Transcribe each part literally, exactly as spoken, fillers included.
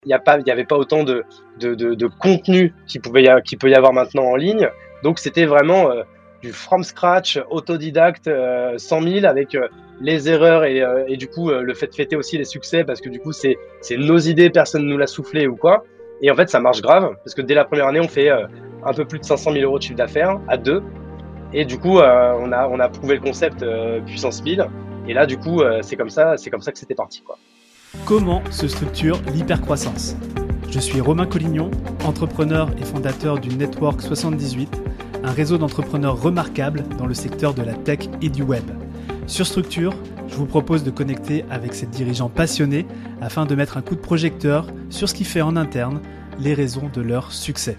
il y a pas, il y avait pas autant de, de, de, de contenu qu'il pouvait y a, qu'il peut y avoir maintenant en ligne. Donc c'était vraiment euh, du from scratch, autodidacte, euh, cent mille avec euh, les erreurs et, euh, et du coup euh, le fait de fêter aussi les succès parce que du coup c'est c'est nos idées, personne nous l'a soufflé ou quoi. Et en fait ça marche grave parce que dès la première année on fait euh, un peu plus de cinq cent mille euros de chiffre d'affaires à deux. Et du coup euh, on a on a prouvé le concept euh, puissance mille. Et là du coup euh, c'est comme ça c'est comme ça que c'était parti quoi. Comment se structure l'hypercroissance ? Je suis Romain Collignon, entrepreneur et fondateur du Network soixante-dix-huit, un réseau d'entrepreneurs remarquables dans le secteur de la tech et du web. Sur Structure, je vous propose de connecter avec ces dirigeants passionnés afin de mettre un coup de projecteur sur ce qui fait en interne les raisons de leur succès.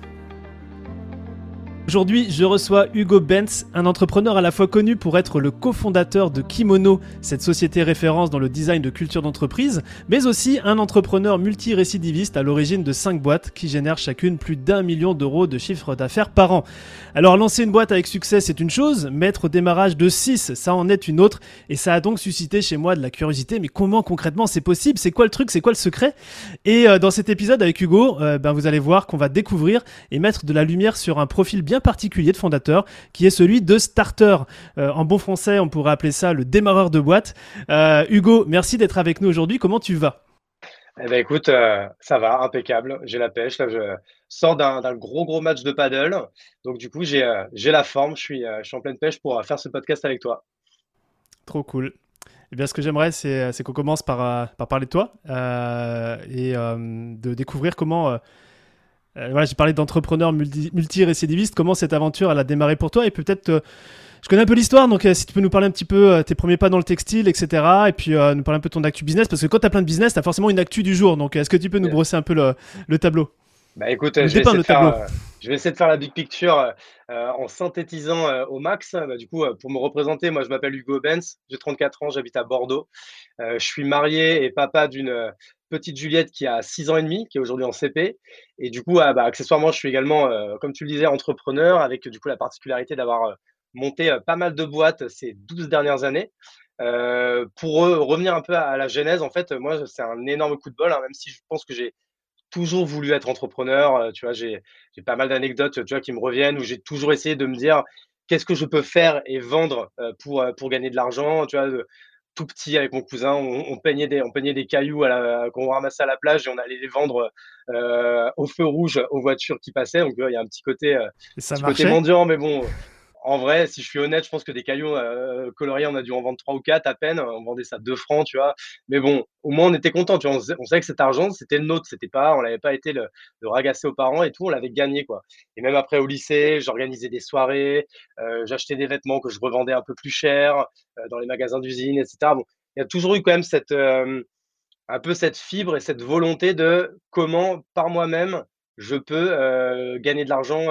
Aujourd'hui, je reçois Hugo Benz, un entrepreneur à la fois connu pour être le cofondateur de Kimono, cette société référence dans le design de culture d'entreprise, mais aussi un entrepreneur multirécidiviste à l'origine de cinq boîtes qui génèrent chacune plus d'un million d'euros de chiffre d'affaires par an. Alors lancer une boîte avec succès, c'est une chose, mettre au démarrage de six, ça en est une autre, et ça a donc suscité chez moi de la curiosité, mais comment concrètement c'est possible ? C'est quoi le truc ? C'est quoi le secret ? Et euh, dans cet épisode avec Hugo, euh, ben, vous allez voir qu'on va découvrir et mettre de la lumière sur un profil bien particulier de fondateur qui est celui de starter. Euh, en bon français, on pourrait appeler ça le démarreur de boîte. Euh, Hugo, merci d'être avec nous aujourd'hui. Comment tu vas ? Eh ben écoute, euh, ça va, impeccable. J'ai la pêche. Là, je sors d'un d'un gros gros match de paddle. Donc du coup, j'ai euh, j'ai la forme. Je suis, euh, je suis en pleine pêche pour euh, faire ce podcast avec toi. Trop cool. Eh bien, ce que j'aimerais, c'est, c'est qu'on commence par, euh, par parler de toi euh, et euh, de découvrir comment... Euh, euh, voilà, j'ai parlé d'entrepreneur multi, multi-récidiviste. Comment cette aventure, elle a démarré pour toi ? Et peut-être... Euh, je connais un peu l'histoire, donc euh, si tu peux nous parler un petit peu euh, tes premiers pas dans le textile, et cetera. Et puis euh, nous parler un peu de ton actu business, parce que quand tu as plein de business, tu as forcément une actu du jour. Donc est-ce que tu peux nous Yes. brosser un peu le, le tableau ? Bah écoute, euh, Nous je vais dépeindre essayer de le faire, tableau. euh, je vais essayer de faire la big picture euh, euh, en synthétisant euh, au max. Bah, du coup, euh, pour me représenter, moi je m'appelle Hugo Benz, j'ai trente-quatre ans, j'habite à Bordeaux. Euh, je suis marié et papa d'une euh, petite Juliette qui a six ans et demi, qui est aujourd'hui en C P. Et du coup, ah, bah, accessoirement, je suis également, euh, comme tu le disais, entrepreneur, avec du coup la particularité d'avoir euh, monté euh, pas mal de boîtes ces douze dernières années. Euh, pour re- revenir un peu à, à la genèse, en fait, moi, c'est un énorme coup de bol, hein, même si je pense que j'ai toujours voulu être entrepreneur. Euh, tu vois, j'ai j'ai pas mal d'anecdotes, tu vois, qui me reviennent où j'ai toujours essayé de me dire qu'est-ce que je peux faire et vendre euh, pour euh, pour gagner de l'argent. Tu vois, de- tout petit avec mon cousin, on, on peignait des on peignait des cailloux à la, qu'on ramassait à la plage et on allait les vendre euh, au feu rouge aux voitures qui passaient. Donc tu vois, il y a un petit côté euh, Et ça petit côté marchait ? mendiant, mais bon. En vrai, si je suis honnête, je pense que des cailloux euh, coloriés, on a dû en vendre trois ou quatre à peine. On vendait ça deux francs, tu vois. Mais bon, au moins on était content, tu vois. On, sait- on savait que cet argent, c'était le nôtre, c'était pas, on l'avait pas été le, le ragasser aux parents et tout, on l'avait gagné, quoi. Et même après au lycée, j'organisais des soirées, euh, j'achetais des vêtements que je revendais un peu plus cher euh, dans les magasins d'usine, et cetera. Bon, il y a toujours eu quand même cette, euh, un peu cette fibre et cette volonté de comment, par moi-même, je peux euh, gagner de l'argent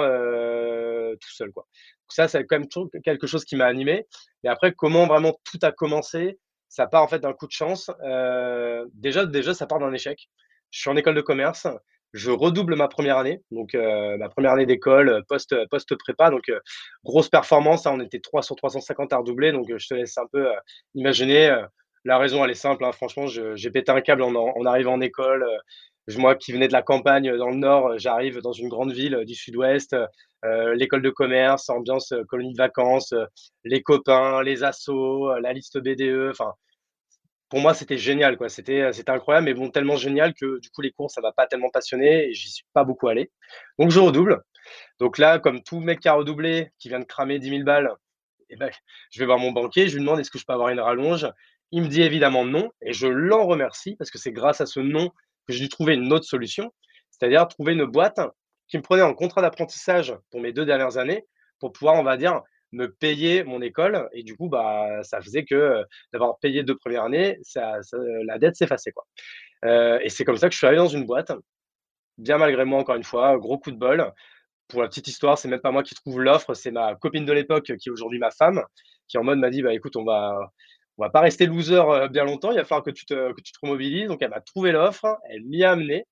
euh, tout seul, quoi. Donc ça, c'est quand même toujours quelque chose qui m'a animé. Et après, comment vraiment tout a commencé, ça part en fait d'un coup de chance. Euh, déjà, déjà, ça part d'un échec. Je suis en école de commerce, je redouble ma première année, donc euh, ma première année d'école, post, post prépa, donc euh, grosse performance, hein, on était trois sur trois cent cinquante à redoubler, donc euh, je te laisse un peu euh, imaginer. Euh, la raison, elle est simple, hein. Franchement, je- j'ai pété un câble en, en arrivant en école. Euh, je- moi qui venais de la campagne euh, dans le nord, euh, j'arrive dans une grande ville euh, du sud-ouest, euh, l'école de commerce, ambiance euh, colonie de vacances, euh, les copains, les assos, euh, la liste B D E. Enfin, pour moi, c'était génial, quoi. C'était, euh, c'était incroyable, mais bon, tellement génial que du coup, les cours, ça m'a pas tellement passionné et j'y suis pas beaucoup allé. Donc, je redouble. Donc là, comme tout mec qui a redoublé, qui vient de cramer dix mille balles, eh ben, je vais voir mon banquier, je lui demande est-ce que je peux avoir une rallonge. Il me dit évidemment non, et je l'en remercie parce que c'est grâce à ce non que j'ai dû trouver une autre solution, c'est-à-dire trouver une boîte qui me prenait en contrat d'apprentissage pour mes deux dernières années pour pouvoir, on va dire, me payer mon école. Et du coup, bah, ça faisait que euh, d'avoir payé deux premières années, ça, ça- la dette s'effaçait, quoi. Euh, et c'est comme ça que je suis arrivé dans une boîte, bien malgré moi, encore une fois, gros coup de bol. Pour la petite histoire, c'est même pas moi qui trouve l'offre, c'est ma copine de l'époque qui est aujourd'hui ma femme, qui en mode m'a dit bah écoute, on va on va pas rester loser euh, bien longtemps, il va falloir que tu te que tu te remobilises. Donc elle m'a trouvé l'offre, elle m'y a amené.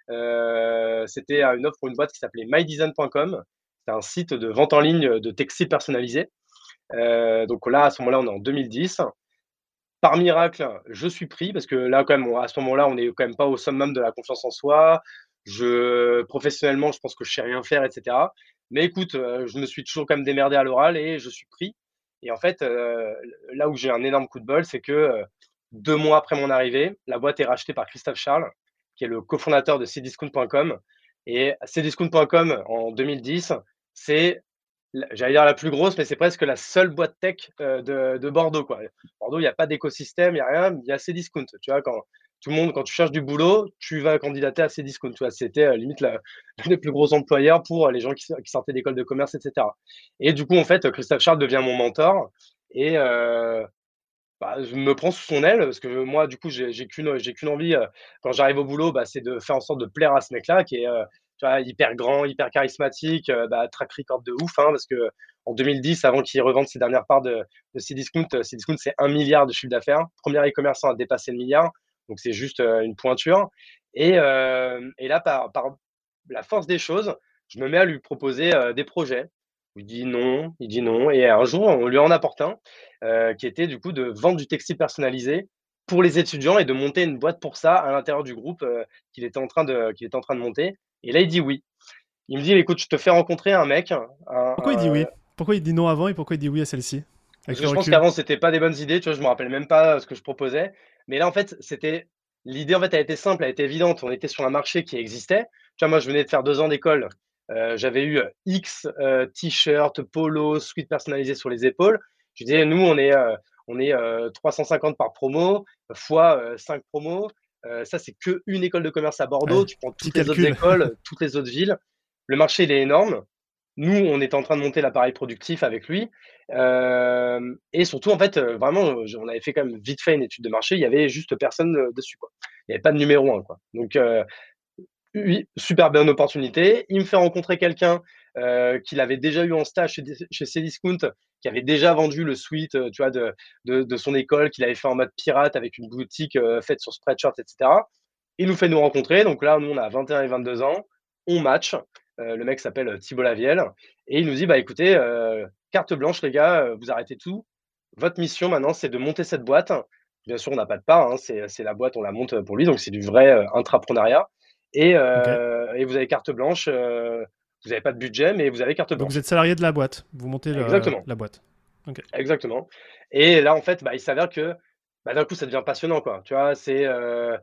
Euh, c'était une offre pour une boîte qui s'appelait my design point com. C'est un site de vente en ligne de textiles personnalisés. Euh, donc là, à ce moment-là, on est en deux mille dix. Par miracle, je suis pris parce que là, quand même, on à ce moment-là, on est quand même pas au summum de la confiance en soi. Je professionnellement, je pense que je sais rien faire et cetera. Mais écoute, heu, je me suis toujours quand même démerdé à l'oral et je suis pris et en fait, heu, là où j'ai un énorme coup de bol, c'est que, heu, deux mois après mon arrivée, la boîte est rachetée par Christophe Charles, qui est le cofondateur de Cdiscount point com et Cdiscount point com en deux mille dix, c'est L j'allais dire la plus grosse, mais c'est presque la seule boîte tech, heu, de de Bordeaux, quoi. Bordeaux, il y a pas d'écosystème, il y a rien, il y a Cdiscount, tu vois? Quand tout le monde quand tu cherches du boulot, tu vas candidater à Cdiscount, tu vois? C'était, heu, limite la l'un des plus gros employeurs pour, heu, les gens qui so qui sortaient d'école de commerce et cetera et du coup, en fait, Christophe Charles devient mon mentor et heu bah, je me prends sous son aile parce que moi, du coup, j'ai j'ai qu'une, j'ai qu'une envie, heu, quand j'arrive au boulot, bah, c'est de faire en sorte de plaire à ce mec-là qui est, heu, tu vois, hyper grand, hyper charismatique, heu, bah, track record de ouf, hein, parce qu'en deux mille dix, avant qu'il revende ses dernières parts de de Cdiscount, heu, Cdiscount, c'est un milliard de chiffre d'affaires. premier e-commerçant à dépasser le milliard, donc c'est juste, heu, une pointure et hem et là, par par la force des choses, je me mets à lui proposer, heu, des projets. Il dit non, il dit non et un jour, on lui en apporte un heu, qui était du coup de vendre du textile personnalisé pour les étudiants et de monter une boîte pour ça à l'intérieur du groupe, heu, qu'il était en train de qu'il était en train de monter et là, il dit oui. Il me dit: «Écoute, je te fais rencontrer un mec, un Pourquoi il dit un» oui? Pourquoi il dit non avant et pourquoi il dit oui à celle-ci? parce Avec que le je pense recul. qu'avant, c'était pas des bonnes idées, tu vois? Je me rappelle même pas, ce que je proposais, mais là, en fait, c'était l'idée, en fait, elle était simple, elle était évidente. On était sur un marché qui existait. Tu vois? Moi, je venais de faire deux ans d'école, heu, j'avais eu, heu, X, heu, t-shirts, polos, sweats personnalisés sur les épaules. Je disais: «Nous, on est, heu, on est, heu, trois cent cinquante par promo, fois, heu, cinq promos, heu, ça, c'est qu'une école de commerce à Bordeaux. Ouais, Tu prends petit toutes les autres calcul. écoles, toutes les autres villes. Le marché, il est énorme. Nous, on était en train de monter l'appareil productif avec lui, hem et surtout, en fait, heu, vraiment, heu, on avait fait quand même vite fait une étude de marché, il y avait juste personne, heu, dessus, quoi. Il y avait pas de numéro un, quoi. Donc heu, oui, super bonne opportunité. Il me fait rencontrer quelqu'un, heu, qu'il avait déjà eu en stage chez Dis chez Cdiscount, qui avait déjà vendu le sweat, heu, tu vois, de de de son école, qu'il avait fait en mode pirate avec une boutique, heu, faite sur Spreadshirt et cetera. Il nous fait nous rencontrer, donc là, nous, on a vingt et un et vingt-deux ans, on match, heu, le mec s'appelle, heu, Thibault Lavielle et il nous dit: «Bah, écoutez, heu, carte blanche les gars, heu, vous arrêtez tout. Votre mission maintenant, c'est de monter cette boîte». Bien sûr, on n'a pas de part, hein, c'est c'est la boîte, on la monte, pour lui, donc c'est du vrai, heu, intrapreneuriat et Ok. heu et vous avez carte blanche, heu, vous avez pas de budget, mais vous avez carte Donc vous blanche. êtes salarié de la boîte. Vous montez le- Exactement, la boîte. Ok. exactement et là, en fait, bah, il s'avère que, bah, d'un coup, ça devient passionnant, quoi. Tu vois? C'est, heu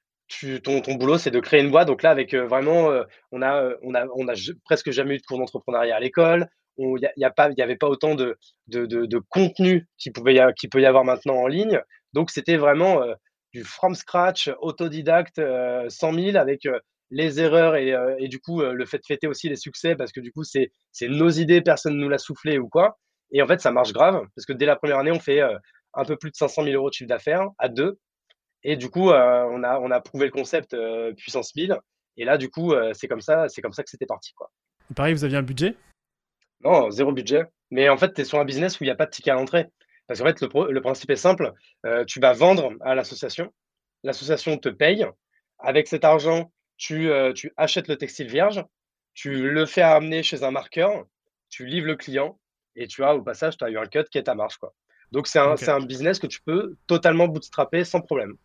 tu ton ton boulot, c'est de créer une boîte. Donc là, avec, heu, vraiment, heu, on a, heu, on a on a j presque jamais eu de cours d'entrepreneuriat à l'école. On il y a il y a pas il y avait pas autant de de de de contenu qu'il pouvait y a qu'il peut y avoir maintenant en ligne. Donc c'était vraiment, heu, du from scratch, autodidacte, heu, cent mille avec, heu, les erreurs et heu et du coup, heu, le fait de fêter aussi les succès parce que du coup, c'est c'est nos idées, personne nous l'a soufflé ou quoi et en fait, ça marche grave parce que dès la première année, on fait, heu, un peu plus de cinq cent mille euros de chiffre d'affaires à deux. Et du coup, heu, on a on a prouvé le concept, heu, puissance mille et là, du coup, heu, c'est comme ça c'est comme ça que c'était parti, quoi. Et pareil, vous aviez un budget. Non, zéro budget, mais en fait, tu es sur un business où il y a pas de ticket à l'entrée. Parce qu'en fait, le pro le principe est simple, heu, tu vas vendre à l'association, l'association te paye. Avec cet argent, tu, heu, tu achètes le textile vierge, tu le fais amener chez un marqueur, tu livres le client et tu as au passage, tu as eu un cut qui est ta marge, quoi. Donc c'est un Ok. c'est un business que tu peux totalement bootstrapper sans problème.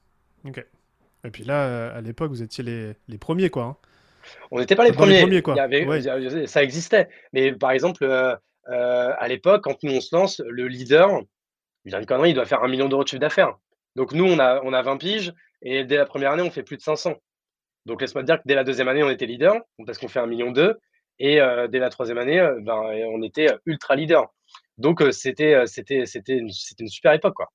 Ok. Et puis là, euh, à l'époque, vous étiez les, les premiers, quoi, hein. On n'était pas les Enfin, dans les premiers. premiers, Il y quoi. avait il Ouais. y a ça existait. Mais par exemple, heu heu, à l'époque, quand nous on se lance, le leader, je vais dire une connerie, il doit faire un million d'euros de chiffre d'affaires. Donc nous, on a on a vingt piges et dès la première année, on fait plus de cinq cents. Donc laisse-moi te dire que dès la deuxième année, on était leader, parce qu'on fait un million deux et heu, dès la troisième année, heu, ben, on était, heu, ultra leader. Donc heu, c'était, heu, c'était c'était une c'était une super époque, quoi.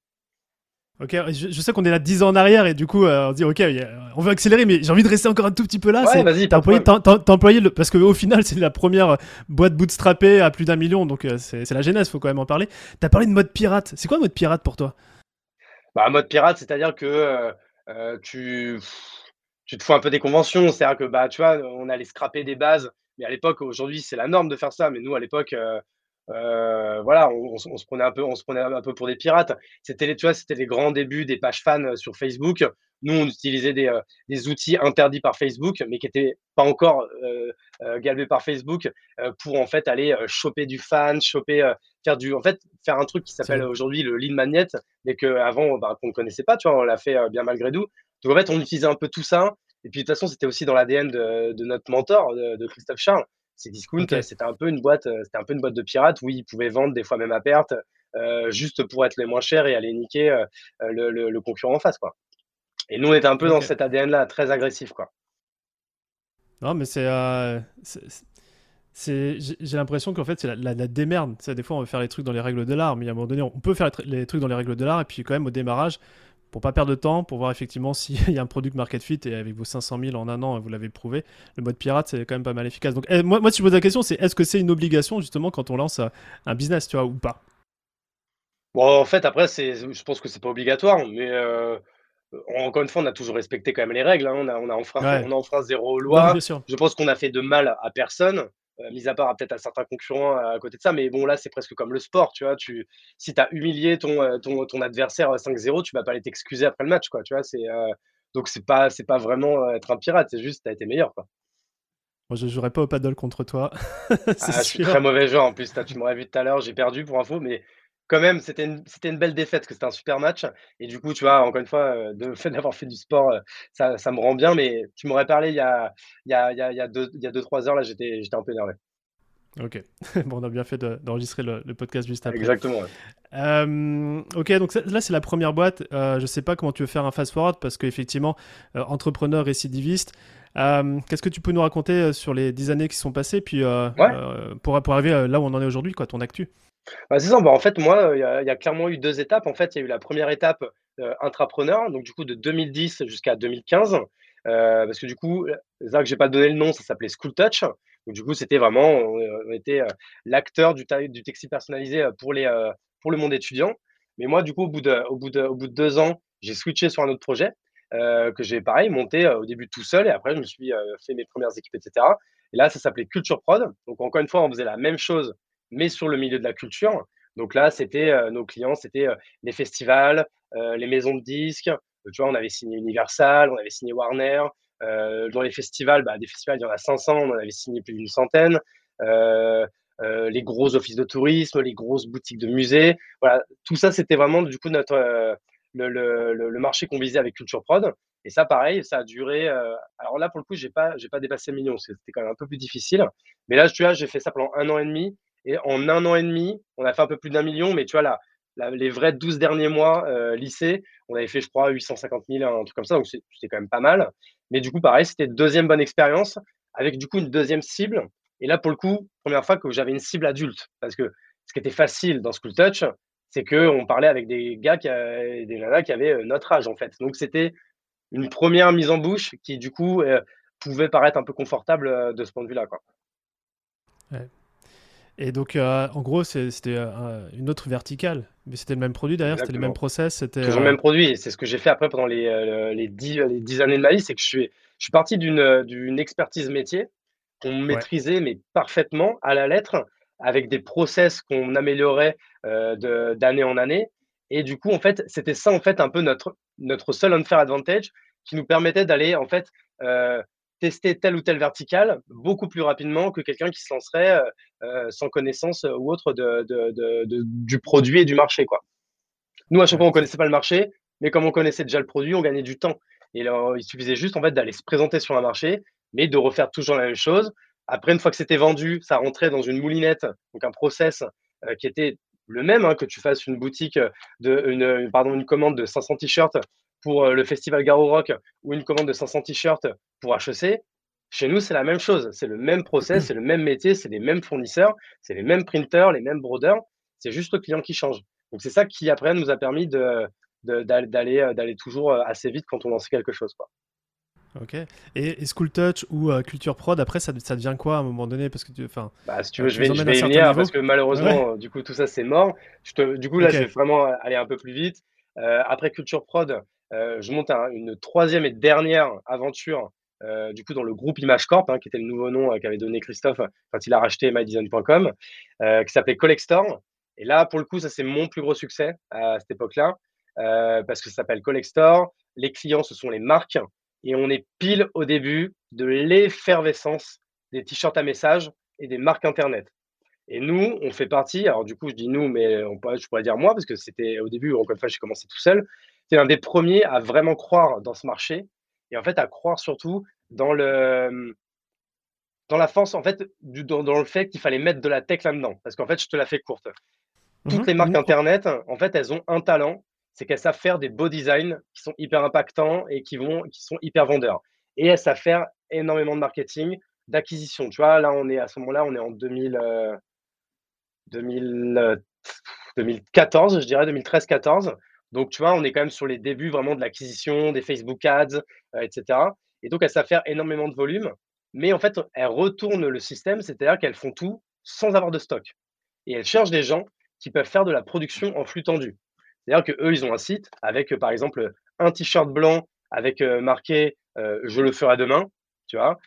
Ok, je, je sais qu'on est là dix ans en arrière et du coup, euh, on se dit, ok, y a- on veut accélérer, mais j'ai envie de rester encore un tout petit peu là. Ouais, C'est, vas-y, t'as pas de employé, problème. t'as, t'as- t'as employé le, parce qu'au final, c'est la première boîte bootstrappée à plus d'un million, donc euh, c'est, c'est la genèse, faut quand même en parler. T'as parlé de mode pirate. C'est quoi mode pirate pour toi? Bah, mode pirate, c'est-à-dire que, heu heu, tu tu te fous un peu des conventions. C'est-à-dire que, bah, tu vois, on allait scraper des bases, mais à l'époque, aujourd'hui, c'est la norme de faire ça, mais nous, à l'époque, heu Heu, voilà, on on se on se prenait un peu on se prenait un peu pour des pirates. C'était les tu vois, c'était les grands débuts des pages fans, heu, sur Facebook. Nous, on utilisait des, heu, des outils interdits par Facebook, mais qui étaient pas encore, heu heu, galbés par Facebook, heu, pour en fait aller, heu, choper du fan, choper, heu, faire du en fait, faire un truc qui s'appelle C'est aujourd'hui le lead magnet, mais qu'avant, bah, qu'on ne connaissait pas, tu vois? On l'a fait, heu, bien malgré nous. Donc en fait, on utilisait un peu tout ça et puis de toute façon, c'était aussi dans l'A D N de de notre mentor, de de Christophe Charles. Cdiscount, OK. c'était un peu une boîte, heu, c'était un peu une boîte de pirates où ils pouvaient vendre des fois même à perte, heu, juste pour être les moins chers et aller niquer, heu heu, le le le concurrent en face, quoi. Et nous, on était un peu dans OK. cet A D N-là, très agressif, quoi. Non, mais c'est, euh, c'est, c'est- c'est- j'ai j'ai l'impression qu'en fait c'est la, la, la démerde. C'est des fois on veut faire les trucs dans les règles de l'art, mais à un moment donné on peut faire les, tr- les trucs dans les règles de l'art et puis quand même au démarrage pour pas perdre de temps, pour voir effectivement s'il y a un produit market fit et avec vos cinq cent mille en un an, vous l'avez prouvé, le mode pirate c'est quand même pas mal efficace. Donc eh, moi, moi si je pose la question c'est est-ce que c'est une obligation justement quand on lance euh, un business, tu vois, ou pas? Bon, en fait, après, c'est je pense que c'est pas obligatoire, mais heu, encore une fois, on a toujours respecté quand même les règles, hein. On a on a enfreint Ouais, on a enfreint zéro non loi. bien sûr. Je pense qu'on a fait de mal à personne, heu, mis à part à peut-être à certains concurrents à côté de ça, mais bon, là, c'est presque comme le sport, tu vois? Tu si tu as humilié ton, heu, ton ton adversaire, heu, cinq zéro, tu vas pas aller t'excuser après le match, quoi, tu vois? C'est, heu, donc c'est pas c'est pas vraiment, heu, être un pirate, c'est juste tu as été meilleur, quoi. Moi je jouerai pas au paddle contre toi, c'est Ah, je suis très sûr. mauvais joueur en plus, tu tu m'aurais vu tout à l'heure, j'ai perdu pour info, mais quand même, c'était une c'était une belle défaite parce que c'était un super match et du coup, tu vois, encore une fois, heu, de le fait d'avoir fait du sport, heu, ça ça me rend bien, mais tu m'aurais parlé il y a il y a il y a il y a deux il y a deux trois heures, là, j'étais j'étais un peu énervé. Ok, bon on a bien fait de- d'enregistrer le, le podcast juste après. Exactement, ouais. Euh, ok, donc ça- là c'est la première boîte. Euh, je sais pas comment tu veux faire un fast forward parce qu'effectivement, euh, entrepreneur récidiviste. Euh, Qu'est-ce que tu peux nous raconter euh, sur les dix années qui sont passées, puis euh, Ouais, euh, pour, pour arriver euh, là où on en est aujourd'hui, quoi, ton actu? bah, c'est ça, bah, en fait, moi, heu, il y a il y a clairement eu deux étapes. En fait, il y a eu la première étape, heu, intrapreneur, donc du coup de deux mille dix jusqu'à deux mille quinze, heu, parce que du coup, heu, c'est vrai que j'ai pas donné le nom, ça s'appelait School Touch. Donc du coup, c'était vraiment, on, heu, on était, heu, l'acteur du ta du textile personnalisé, heu, pour les, heu, pour le monde étudiant. Mais moi, du coup, au bout de au bout de au bout de deux ans, j'ai switché sur un autre projet, heu, que j'ai pareil monté, heu, au début tout seul et après je me suis, heu, fait mes premières équipes et cetera. Et là, ça s'appelait Culture Prod. Donc encore une fois, on faisait la même chose, mais sur le milieu de la culture. Donc là, c'était, heu, nos clients, c'était, heu, les festivals, heu, les maisons de disques. Heu, tu vois, on avait signé Universal, on avait signé Warner. Heu, dans les festivals, bah, des festivals, il y en a cinq cents, on en avait signé plus d'une centaine. Heu heu, les gros offices de tourisme, les grosses boutiques de musées. Voilà, tout ça, c'était vraiment du coup notre, heu, le le le le marché qu'on visait avec Culture Prod. Et ça, pareil, ça a duré, heu alors là, pour le coup, j'ai pas j'ai pas dépassé le million, c'était quand même un peu plus difficile. Mais là, tu vois, j'ai fait ça pendant un an et demi et en un an et demi, on a fait un peu plus d'un million, mais tu vois, la la les vrais douze derniers mois, heu, lycée, on avait fait, je crois, huit cent cinquante mille, un truc comme ça, donc c'est c'était quand même pas mal. Mais du coup, pareil, c'était une deuxième bonne expérience avec, du coup, une deuxième cible. Et là, pour le coup, première fois que j'avais une cible adulte. Parce que ce qui était facile dans School Touch, c'est qu'on parlait avec des gars qui a des nanas qui avaient, heu, notre âge, en fait. Donc c'était une première mise en bouche qui, du coup, heu, pouvait paraître un peu confortable, heu, de ce point de vue-là, quoi. Ouais. Et donc, euh, en gros, c'est- c'était euh, une autre verticale, mais c'était le même produit derrière, c'était les mêmes Exactement. process, c'était. Toujours le euh, même produit et c'est ce que j'ai fait après pendant les, heu, les dix les dix années de ma vie, c'est que je suis je suis parti d'une, heu, d'une expertise métier qu'on Ouais. maîtrisait, mais parfaitement à la lettre, avec des process qu'on améliorait, heu, de d'année en année. Et du coup, en fait, c'était ça, en fait, un peu notre notre seul unfair advantage qui nous permettait d'aller, en fait, heu, tester telle ou telle verticale beaucoup plus rapidement que quelqu'un qui se lancerait, heu heu, sans connaissance, heu, ou autre de de de de du produit et du marché, quoi. Nous, à chaque Ouais, fois, on c'est- connaissait pas le marché, mais comme on connaissait déjà le produit, on gagnait du temps. Et là, il suffisait juste en fait d'aller se présenter sur un marché, mais de refaire toujours la même chose. Après, une fois que c'était vendu, ça rentrait dans une moulinette, donc un process euh, qui était le même, hein, que tu fasses une boutique de une, une- pardon, une commande de cinq cents t-shirts pour euh, le festival Garo Rock ou une commande de cinq cents t-shirts pour H E C. Chez nous, c'est la même chose. C'est le même process, c'est le même métier, c'est les mêmes fournisseurs, c'est les mêmes printers, les mêmes brodeurs. C'est juste le client qui change. Donc c'est ça qui après nous a permis de de d'aller d'aller, heu, d'aller toujours, heu, assez vite quand on lançait quelque chose, quoi. Ok. Et, et School Touch ou euh, Culture Prod, après, ça, ça devient quoi à un moment donné? Parce que tu, enfin, Bah, si tu euh, veux, je tu les vais je emmènes à un vais y certain venir niveau? parce que Ouais. malheureusement, heu, du coup, tout ça, c'est mort. Je te du coup, là, Ok. je vais vraiment aller un peu plus vite. Heu, après Culture Prod, heu, je monte un une troisième et dernière aventure euh, du coup, dans le groupe Image Corp, hein, qui était le nouveau nom euh, qu'avait donné Christophe euh, quand il a racheté my design point com, euh, qui s'appelait Collector. Et là, pour le coup, ça, c'est mon plus gros succès à cette époque-là, euh, parce que ça s'appelle Collector. Les clients, ce sont les marques. Et on est pile au début de l'effervescence des t-shirts à message et des marques Internet. Et nous, on fait partie, alors du coup, je dis nous, mais on peut, je pourrais dire moi, parce que c'était au début, encore une fois, j'ai commencé tout seul. C'est un des premiers à vraiment croire dans ce marché et en fait, à croire surtout dans le, dans la force, en fait, du, dans, dans le fait qu'il fallait mettre de la tech là-dedans. Parce qu'en fait, je te la fais courte. Toutes Mhm. les marques Mhm. Oh. Internet, en fait, elles ont un talent, c'est qu'elles savent faire des beaux designs qui sont hyper impactants et qui, vont, qui sont hyper vendeurs. Et elles savent faire énormément de marketing, d'acquisition. Tu vois, là, on est à ce moment-là, on est en deux mille, euh, deux mille, euh, deux mille quatorze, je dirais, deux mille treize quatorze. Donc, tu vois, on est quand même sur les débuts vraiment de l'acquisition, des Facebook Ads, euh, et cetera. Et donc, elles savent faire énormément de volume, mais en fait, elles retournent le système, c'est-à-dire qu'elles font tout sans avoir de stock. Et elles cherchent des gens qui peuvent faire de la production en flux tendu. C'est-à-dire qu'eux, ils ont un site avec, euh, par exemple, un t-shirt blanc avec euh, marqué euh, je le ferai demain, tu vois,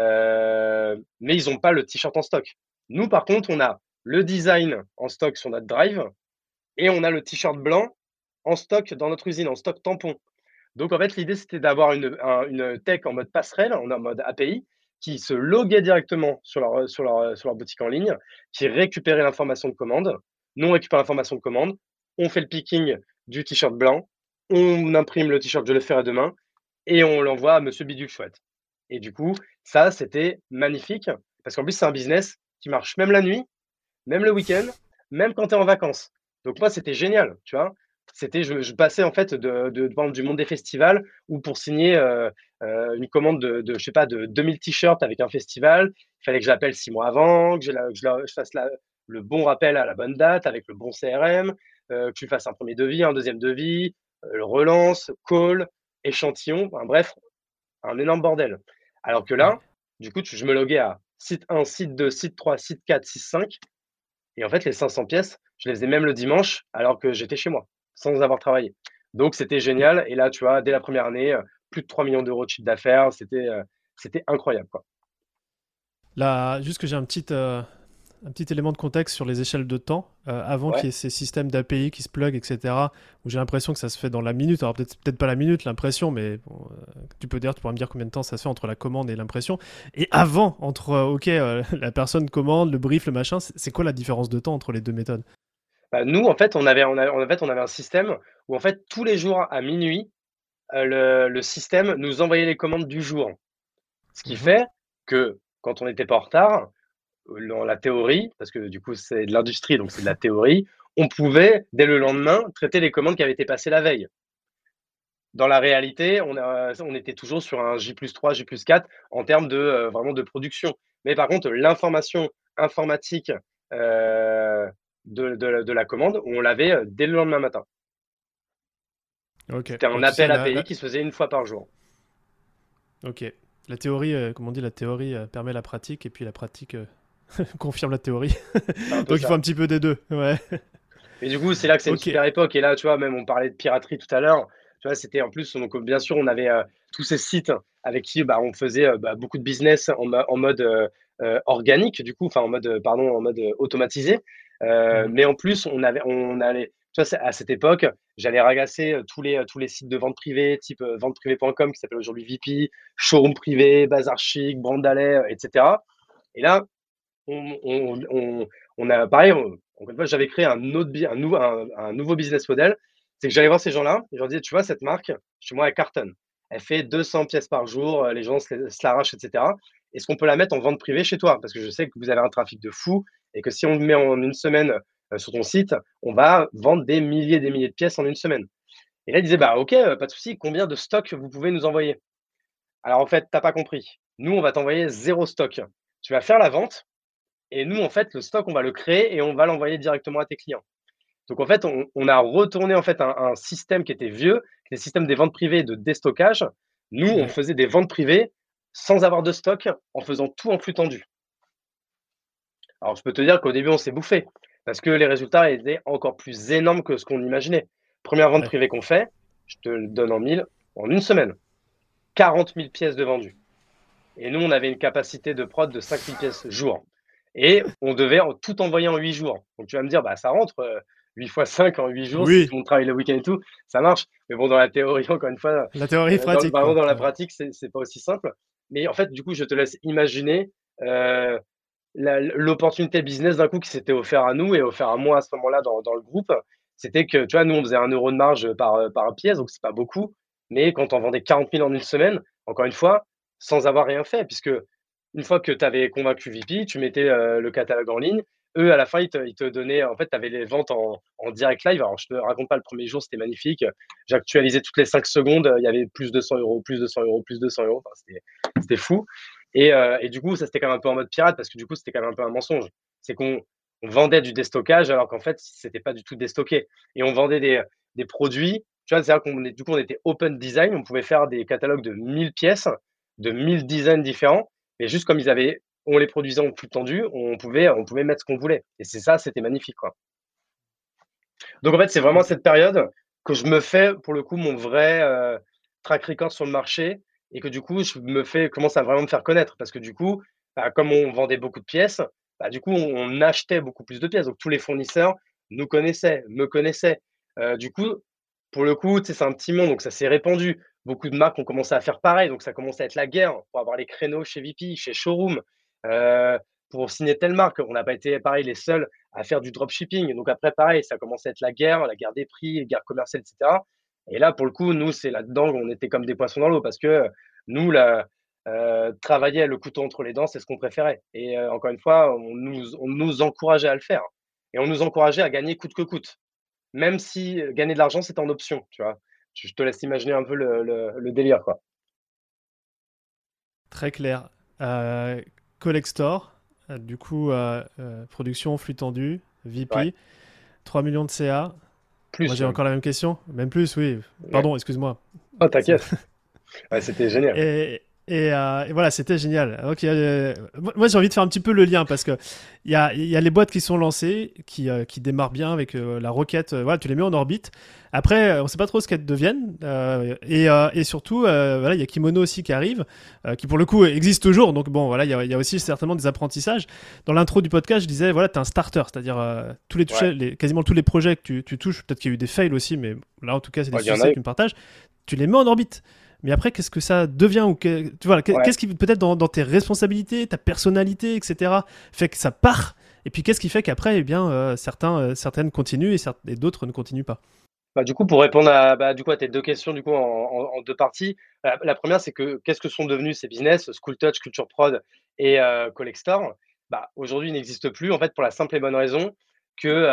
euh, mais ils n'ont pas le t-shirt en stock. Nous, par contre, on a le design en stock sur notre drive et on a le t-shirt blanc en stock dans notre usine, en stock tampon. Donc, en fait, l'idée, c'était d'avoir une, un- une tech en mode passerelle, en mode A P I, qui se loguait directement sur leur, sur leur, sur leur boutique en ligne, qui récupérait l'information de commande. Nous, on récupère l'information de commande, on fait le picking du t-shirt blanc, on imprime le t-shirt Je le ferai demain et on l'envoie à Monsieur Bidule Chouette. Et du coup, ça, c'était magnifique parce qu'en plus, c'est un business qui marche même la nuit, même le week-end, même quand tu es en vacances. Donc moi, c'était génial, tu vois. C'était, je, je passais en fait de, de, de, du monde des festivals où pour signer euh, euh, une commande de, de, je sais pas, de deux mille t-shirts avec un festival, il fallait que j'appelle six mois avant, que, la, que je, la, je, fasse la, le bon rappel à la bonne date avec le bon C R M, euh, que tu fasses un premier devis, un deuxième devis, euh, le relance, call, échantillon, enfin, bref, un énorme bordel. Alors que Ouais. là, du coup, tu, je me loguais à site un, site deux, site trois, site quatre, site cinq, et en fait, les cinq cents pièces, je les faisais même le dimanche alors que j'étais chez moi, sans avoir travaillé. Donc, c'était génial. Et là, tu vois, dès la première année, euh, plus de trois millions d'euros de chiffre d'affaires. C'était euh, c'était incroyable, quoi. Là, juste que j'ai un petit, euh, un petit élément de contexte sur les échelles de temps, euh, avant qu'il Ouais. y ait ces systèmes d'A P I qui se plug, et cetera, où j'ai l'impression que ça se fait dans la minute. Alors peut-être peut-être pas la minute, l'impression, mais bon, euh, tu peux dire, tu pourras me dire combien de temps ça se fait entre la commande et l'impression. Et avant, entre, euh, ok, euh, la personne commande, le brief, le machin, c'est c'est quoi la différence de temps entre les deux méthodes? Bah, nous, en fait, on avait, on avait, en fait, on avait un système où, en fait, tous les jours à minuit, euh, le, le système nous envoyait les commandes du jour. Ce qui Mhm. fait que quand on n'était pas en retard, euh, dans la théorie, parce que du coup, c'est de l'industrie, donc c'est de la théorie, on pouvait, dès le lendemain, traiter les commandes qui avaient été passées la veille. Dans la réalité, on, a, on était toujours sur un J plus trois, J plus quatre en termes de, euh, vraiment de production. Mais par contre, l'information informatique euh, de, de, de la commande, on l'avait euh, dès le lendemain matin. Ok. C'était un Ouais, tu sais, appel la, A P I la- qui se faisait une fois par jour. ok. La théorie, euh, comme on dit, la théorie euh, permet la pratique, et puis la pratique euh, confirme la théorie. C'est un peu Donc il faut ça. un petit peu des deux. Ouais. Et du coup, c'est là que c'est une Ok. super époque. Et là, tu vois, même on parlait de piraterie tout à l'heure. Tu vois, c'était en plus, donc bien sûr, on avait euh, tous ces sites avec qui bah, on faisait euh, bah, beaucoup de business en, mo- en mode euh, euh, organique, du coup, enfin en mode, euh, pardon, en mode euh, automatisé. Euh, Mhm. mais en plus, on avait, on allait, tu vois, c'est- à cette époque, j'allais ragasser euh, tous les, euh, tous les sites de vente privée, type euh, vente privée point com, qui s'appelle aujourd'hui V P, Showroom privé, Bazar Chic, Brandalais, euh, et cetera. Et là, on, on, on, on a pareil, on- encore une fois, j'avais créé un, autre, un, nou- un, un nouveau business model. C'est que j'allais voir ces gens-là et je leur disais, tu vois, cette marque, chez moi, elle cartonne. Elle fait deux cents pièces par jour, euh, les gens se, se l'arrachent, et cetera. Est-ce qu'on peut la mettre en vente privée chez toi? Parce que je sais que vous avez un trafic de fou et que si on le met en une semaine euh, sur ton site, on va vendre des milliers et des milliers de pièces en une semaine. Et là, ils disaient, bah ok, euh, pas de souci, combien de stocks vous pouvez nous envoyer? Alors en fait, t'as pas compris. Nous, on va t'envoyer zéro stock. Tu vas faire la vente et nous, en fait, le stock, on va le créer et on va l'envoyer directement à tes clients. Donc, en fait, on, on a retourné en fait un, un système qui était vieux, le système des ventes privées de déstockage. Nous, on Ouais. faisait des ventes privées sans avoir de stock, en faisant tout en flux tendu. Alors, je peux te dire qu'au début, on s'est bouffé parce que les résultats étaient encore plus énormes que ce qu'on imaginait. Première vente Ouais. privée qu'on fait, je te le donne en mille, en une semaine, quarante mille pièces de vendues. Et nous, on avait une capacité de prod de cinq mille pièces jour. Et on devait en tout envoyer en huit jours. Donc tu vas me dire, bah ça rentre, heu, huit fois cinq en huit jours, si Oui, tout le monde travaille le week-end et tout, ça marche. Mais bon, dans la théorie, encore une fois, la théorie heu, dans pratique, vraiment quoi. dans la Ouais. pratique, c'est c'est pas aussi simple. Mais en fait, du coup, je te laisse imaginer, heu, la l'opportunité business d'un coup qui s'était offert à nous et offert à moi à ce moment-là dans dans le groupe. C'était que, tu vois, nous, on faisait un euro de marge par, heu, par pièce, donc c'est pas beaucoup. Mais quand on vendait quarante mille en une semaine, encore une fois, sans avoir rien fait, puisque une fois que tu avais convaincu V P, tu mettais, heu, le catalogue en ligne. Eux, à la fin, ils te ils te donnaient en fait, tu avais les ventes en en direct live. Alors je te raconte pas le premier jour, c'était magnifique. J'actualisais toutes les cinq secondes, il y avait plus deux cents €, plus deux cents €, plus deux cents €. Enfin, c'était c'était fou et heu et du coup, ça, c'était quand même un peu en mode pirate parce que du coup, c'était quand même un peu un mensonge. C'est qu'on on vendait du déstockage alors qu'en fait, c'était pas du tout déstocké et on vendait des, des produits, tu vois? C'est-à-dire qu'on est du coup, on était open design, on pouvait faire des catalogues de mille pièces, de mille designs différents et juste comme ils avaient on les produisait en flux tendu, on pouvait on pouvait mettre ce qu'on voulait et c'est ça, c'était magnifique, quoi. Donc en fait, c'est vraiment Ok. cette période que je me fais, pour le coup, mon vrai, heu, track record sur le marché et que du coup, je me fais commence à vraiment me faire connaître parce que du coup, bah, comme on vendait beaucoup de pièces, bah, du coup, on on achetait beaucoup plus de pièces. Donc tous les fournisseurs nous connaissaient, me connaissaient. Heu, du coup, pour le coup, tu sais, c'est un petit monde, donc ça s'est répandu. Beaucoup de marques ont commencé à faire pareil, donc ça commençait à être la guerre pour avoir les créneaux chez V P, chez Showroom, heu, pour signer telle marque. On n'a pas été, pareil, les seuls à faire du dropshipping. Donc après, pareil, ça commençait à être la guerre, la guerre des prix, la guerre commerciale, et cetera. Et là, pour le coup, nous, c'est là-dedans qu'on était comme des poissons dans l'eau parce que nous, la, euh, travailler le couteau entre les dents, c'est ce qu'on préférait. Et euh, encore une fois, on nous, on nous encourageait à le faire. Et on nous encourageait à gagner coûte que coûte. Même si euh, gagner de l'argent, c'est en option, tu vois. Je je te laisse imaginer un peu le, le, le délire, quoi. Très clair. Euh, Collect Store, euh, du coup, euh, euh, production, flux tendu, Ouais, V P, trois millions de C A. Moi, plus j'ai même. encore la même question. Même plus, oui. Ouais. Pardon, excuse-moi. Oh, t'inquiète. Ouais, c'était génial. Et, et, euh, et voilà, c'était génial. Ok, euh, moi, j'ai envie de faire un petit peu le lien parce que il y a, il y a les boîtes qui sont lancées, qui, euh, qui démarrent bien avec euh, la roquette. Euh, voilà, tu les mets en orbite. Après, euh, on sait pas trop ce qu'elles deviennent. Euh, et, euh, et surtout, euh, voilà, il y a Kimono aussi qui arrive, euh, qui pour le coup existe toujours. Donc bon, voilà, il y a, il y a aussi certainement des apprentissages. Dans l'intro du podcast, je disais, voilà, t'es un starter, c'est-à-dire euh, tous les, touchés, Ouais. les quasiment tous les projets que tu, tu touches. Peut-être qu'il y a eu des fails aussi, mais là, en tout cas, c'est des Ouais, il y en a succès que eu. tu me partages. Tu les mets en orbite. Mais après, qu'est-ce que ça devient ou que, tu vois, Ouais. qu'est-ce qui peut-être dans, dans, tes responsabilités, ta personnalité, et cetera, fait que ça part. Et puis qu'est-ce qui fait qu'après, eh bien, euh, certains, euh, certaines continuent et, certes, et d'autres ne continuent pas. Bah, du coup, pour répondre à, bah, du coup, à tes deux questions, du coup, en en en deux parties. La la première, c'est que qu'est-ce que sont devenus ces business, School Touch, Culture Prod et heu, Collector? Bah, aujourd'hui, ils n'existent plus, en fait, pour la simple et bonne raison que, heu,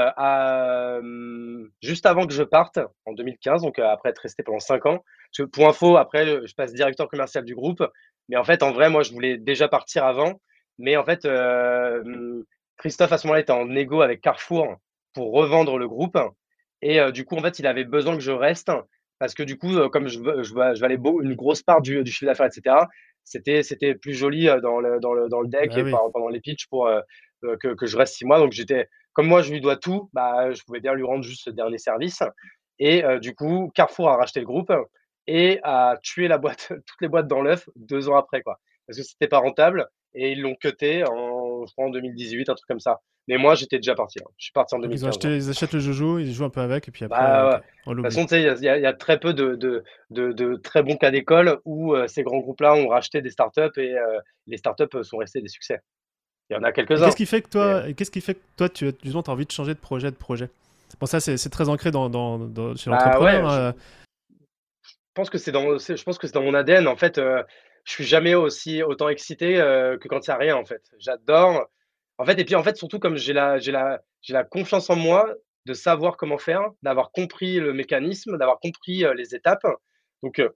à, hem, juste avant que je parte, en deux mille quinze, donc, heu, après être resté pendant cinq ans, parce que pour info, après, heu, je passe directeur commercial du groupe, mais en fait, en vrai, moi, je voulais déjà partir avant, mais en fait, hem, Christophe, à ce moment-là, était en négo avec Carrefour pour revendre le groupe et heu, du coup, en fait, il avait besoin que je reste parce que du coup, heu, comme je ve je va je valais beau une grosse part du du chiffre d'affaires et cetera, c'était c'était plus joli, heu, dans le dans le dans le deck Bah et oui. pen pendant les pitchs pour, heu heu, que que je reste six mois. Donc j'étais comme moi, je lui dois tout, bah, je pouvais bien lui rendre juste ce dernier service et heu, du coup, Carrefour a racheté le groupe et a tué la boîte, toutes les boîtes dans l'œuf deux ans après, quoi. Parce que c'était pas rentable et ils l'ont cuté en, je crois, en deux mille dix-huit, un truc comme ça. Mais moi, j'étais déjà parti, hein. Je suis parti en Donc ils ont deux mille quinze, acheté, moi. ils achètent le joujou, ils jouent un peu avec, et puis après, Bah, ouais. ok, De on toute l'oublie. façon, tu sais, il y a il y a il y a très peu de de de de très bons cas d'école où, heu, ces grands groupes-là ont racheté des startups et heu, les startups, heu, sont restées des succès. Il y en a Et qu'est-ce quelques-uns, qui fait que mais toi, et qu'est-ce qui fait que toi, tu justement, as envie de changer de projet, de projet. Bon, ça, c'est c'est très ancré dans, dans, dans- chez bah, l'entrepreneur, ouais, je hein. pense que c'est dans c'est je pense que c'est dans mon A D N, en fait, heu, je suis jamais aussi autant excité, heu, que quand il y a rien, en fait. J'adore en fait et puis, en fait, surtout comme j'ai la j'ai la j'ai la confiance en moi de savoir comment faire, d'avoir compris le mécanisme, d'avoir compris, heu, les étapes. Donc, heu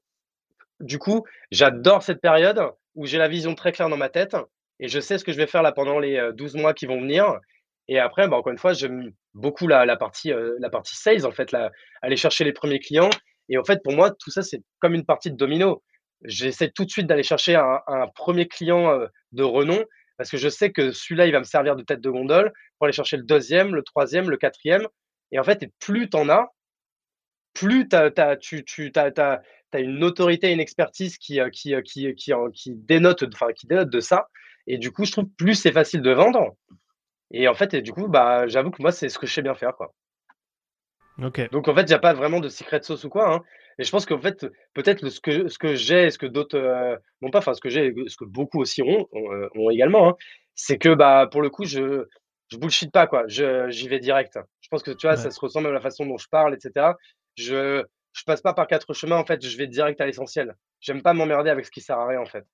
Du coup, j'adore cette période où j'ai la vision très claire dans ma tête et je sais ce que je vais faire là pendant les, heu, douze mois qui vont venir et après, bah, encore une fois, j'aime beaucoup la la partie, heu, la partie sales en fait, la aller chercher les premiers clients et en fait, pour moi, tout ça, c'est comme une partie de domino. J'essaie tout de suite d'aller chercher un un premier client, heu, de renom parce que je sais que celui-là, il va me servir de tête de gondole pour aller chercher le deuxième, le troisième, le quatrième et en fait et plus tu en as, plus tu as tu as tu tu tu as tu as une autorité, une expertise qui, heu, qui, heu, qui qui en qui dénote, enfin, qui dénote de ça et du coup, je trouve plus c'est facile de vendre et en fait et du coup, bah, j'avoue que moi, c'est ce que je sais bien faire, quoi. OK. Donc en fait, il y a pas vraiment de secret sauce ou quoi, hein et je pense qu'en fait, peut-être le ce que ce que j'ai et ce que d'autres, heu, n'ont pas, enfin ce que j'ai et ce que beaucoup aussi ont ont, heu, ont également, hein, c'est que, bah, pour le coup, je je bullshit pas, quoi. Je j'y vais direct. Je pense que, tu vois, ça Ouais. se ressent même à la façon dont je parle et cetera. Je je passe pas par quatre chemins, en fait, je vais direct à l'essentiel. J'aime pas m'emmerder avec ce qui sert à rien, en fait.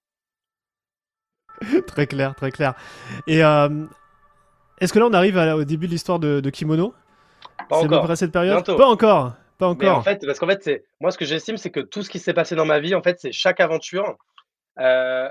Très clair, très clair. Et euh, est-ce que là, on arrive à- au début de l'histoire de, de Kimono? Pas C'est à peu près encore, cette période? Pas bientôt. encore, pas Mais en encore. fait, parce qu'en fait, c'est moi, ce que j'estime, c'est que tout ce qui s'est passé dans ma vie, en fait, c'est chaque aventure, heu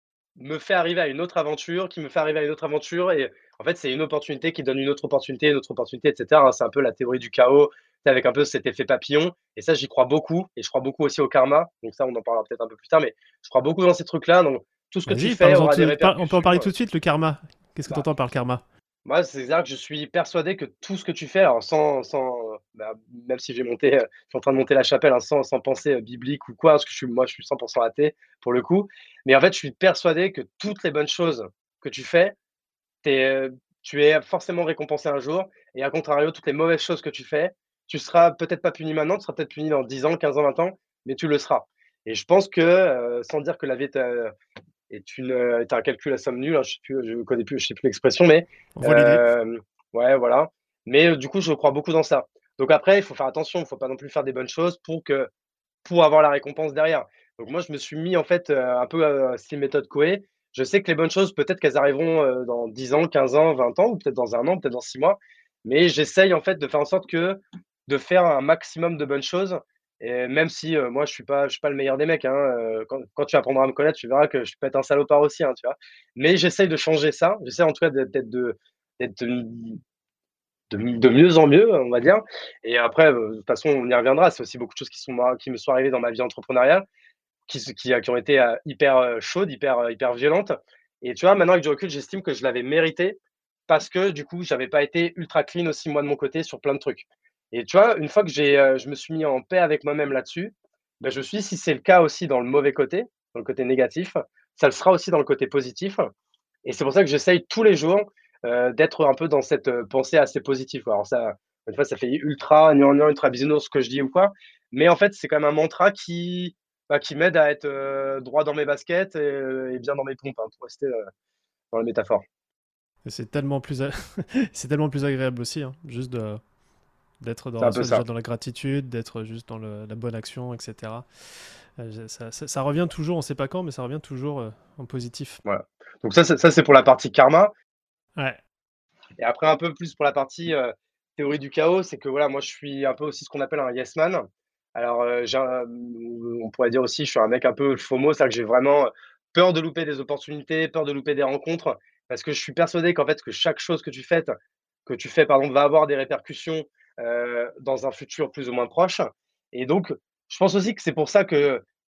me fait arriver à une autre aventure, qui me fait arriver à une autre aventure et en fait, c'est une opportunité qui donne une autre opportunité, une autre opportunité et cetera, hein. C'est un peu la théorie du chaos, tu sais, avec un peu cet effet papillon et ça, j'y crois beaucoup et je crois beaucoup aussi au karma. Donc ça, on en parlera peut-être un peu plus tard, mais je crois beaucoup dans ces trucs-là. Donc tout ce que tu Vas-y, fais parlons-en aura des tout- par- on peut en répercussions, parler heu, tout de suite, le karma. Qu'est-ce que tu bah, entends par le karma? moi, c'est-à-dire que je suis persuadé que tout ce que tu fais, alors sans sans, heu, bah, même si j'ai monté, heu, je suis en train de monter la chapelle, hein, sans sans pensée, heu, biblique ou quoi, parce que je suis moi, je suis cent athée pour le coup. Mais en fait, je suis persuadé que toutes les bonnes choses que tu fais, tu es, tu es forcément récompensé un jour et à contrario, toutes les mauvaises choses que tu fais, tu seras peut-être pas puni maintenant, tu seras peut-être puni dans dix ans, quinze ans, vingt ans, mais tu le seras. Et je pense que, heu, sans dire que la vie est, heu, est une, heu, est un calcul à somme nulle, hein, je sais plus, je connais plus je sais plus l'expression, mais On voit l'idée. hem, ouais, voilà. Mais heu, du coup, je crois beaucoup dans ça. Donc après, il faut faire attention, il faut pas non plus faire des bonnes choses pour que pour avoir la récompense derrière. Donc moi, je me suis mis en fait, heu, un peu, heu, style méthode Coué. Je sais que les bonnes choses, peut-être qu'elles arriveront, heu, dans dix ans, quinze ans, vingt ans ou peut-être dans un an, peut-être dans six mois. Mais j'essaye en fait de faire en sorte que de faire un maximum de bonnes choses et même si, heu, moi je suis pas je suis pas le meilleur des mecs, hein, heu, quand quand tu apprendras à me connaître, tu verras que je peux être un salopard aussi, hein, tu vois? Mais j'essaye de changer ça. J'essaie en tout cas d'être d'être de d'être, mmh, de de mieux en mieux, on va dire et après, heu, de toute façon, on y reviendra. C'est aussi beaucoup de choses qui sont moi qui me sont arrivées dans ma vie entrepreneuriale, qui se qui, qui ont été, heu, hyper, heu, chaudes, hyper, heu, hyper violentes et tu vois, maintenant avec du recul, j'estime que je l'avais mérité parce que du coup, j'avais pas été ultra clean aussi moi de mon côté sur plein de trucs et tu vois, une fois que j'ai, heu, je me suis mis en paix avec moi-même là-dessus, bah, je me suis dit: «Si c'est le cas aussi dans le mauvais côté, dans le côté négatif, ça le sera aussi dans le côté positif» et c'est pour ça que j'essaye tous les jours, heu, d'être un peu dans cette, heu, pensée assez positive, quoi. Alors ça, une fois, ça fait ultra gnangnan, ultra bisounours ce que je dis ou quoi, mais en fait, c'est quand même un mantra qui, bah, qui m'aide à être, heu, droit dans mes baskets et heu et bien dans mes pompes, hein, pour rester, heu, dans la métaphore. C'est tellement plus, a- c'est tellement plus agréable aussi, hein, juste de d'être C'est dans, un peu soit déjà ça. dans la gratitude, d'être juste dans le- la bonne action, et cetera. Euh, ça, ça- ça revient toujours, on sait pas quand, mais ça revient toujours euh, en positif. Voilà. Donc ça, c'est ça, c'est pour la partie karma Ouais, et après un peu plus pour la partie, heu, théorie du chaos, c'est que voilà, moi je suis un peu aussi ce qu'on appelle un yes man. Alors, heu, j'ai un on pourrait dire aussi, je suis un mec un peu FOMO, c'est-à-dire que j'ai vraiment, peur de louper des opportunités, peur de louper des rencontres, parce que je suis persuadé qu'en fait, que chaque chose que tu fais que tu fais pardon, va avoir des répercussions, heu, dans un futur plus ou moins proche et donc je pense aussi que c'est pour ça qu'on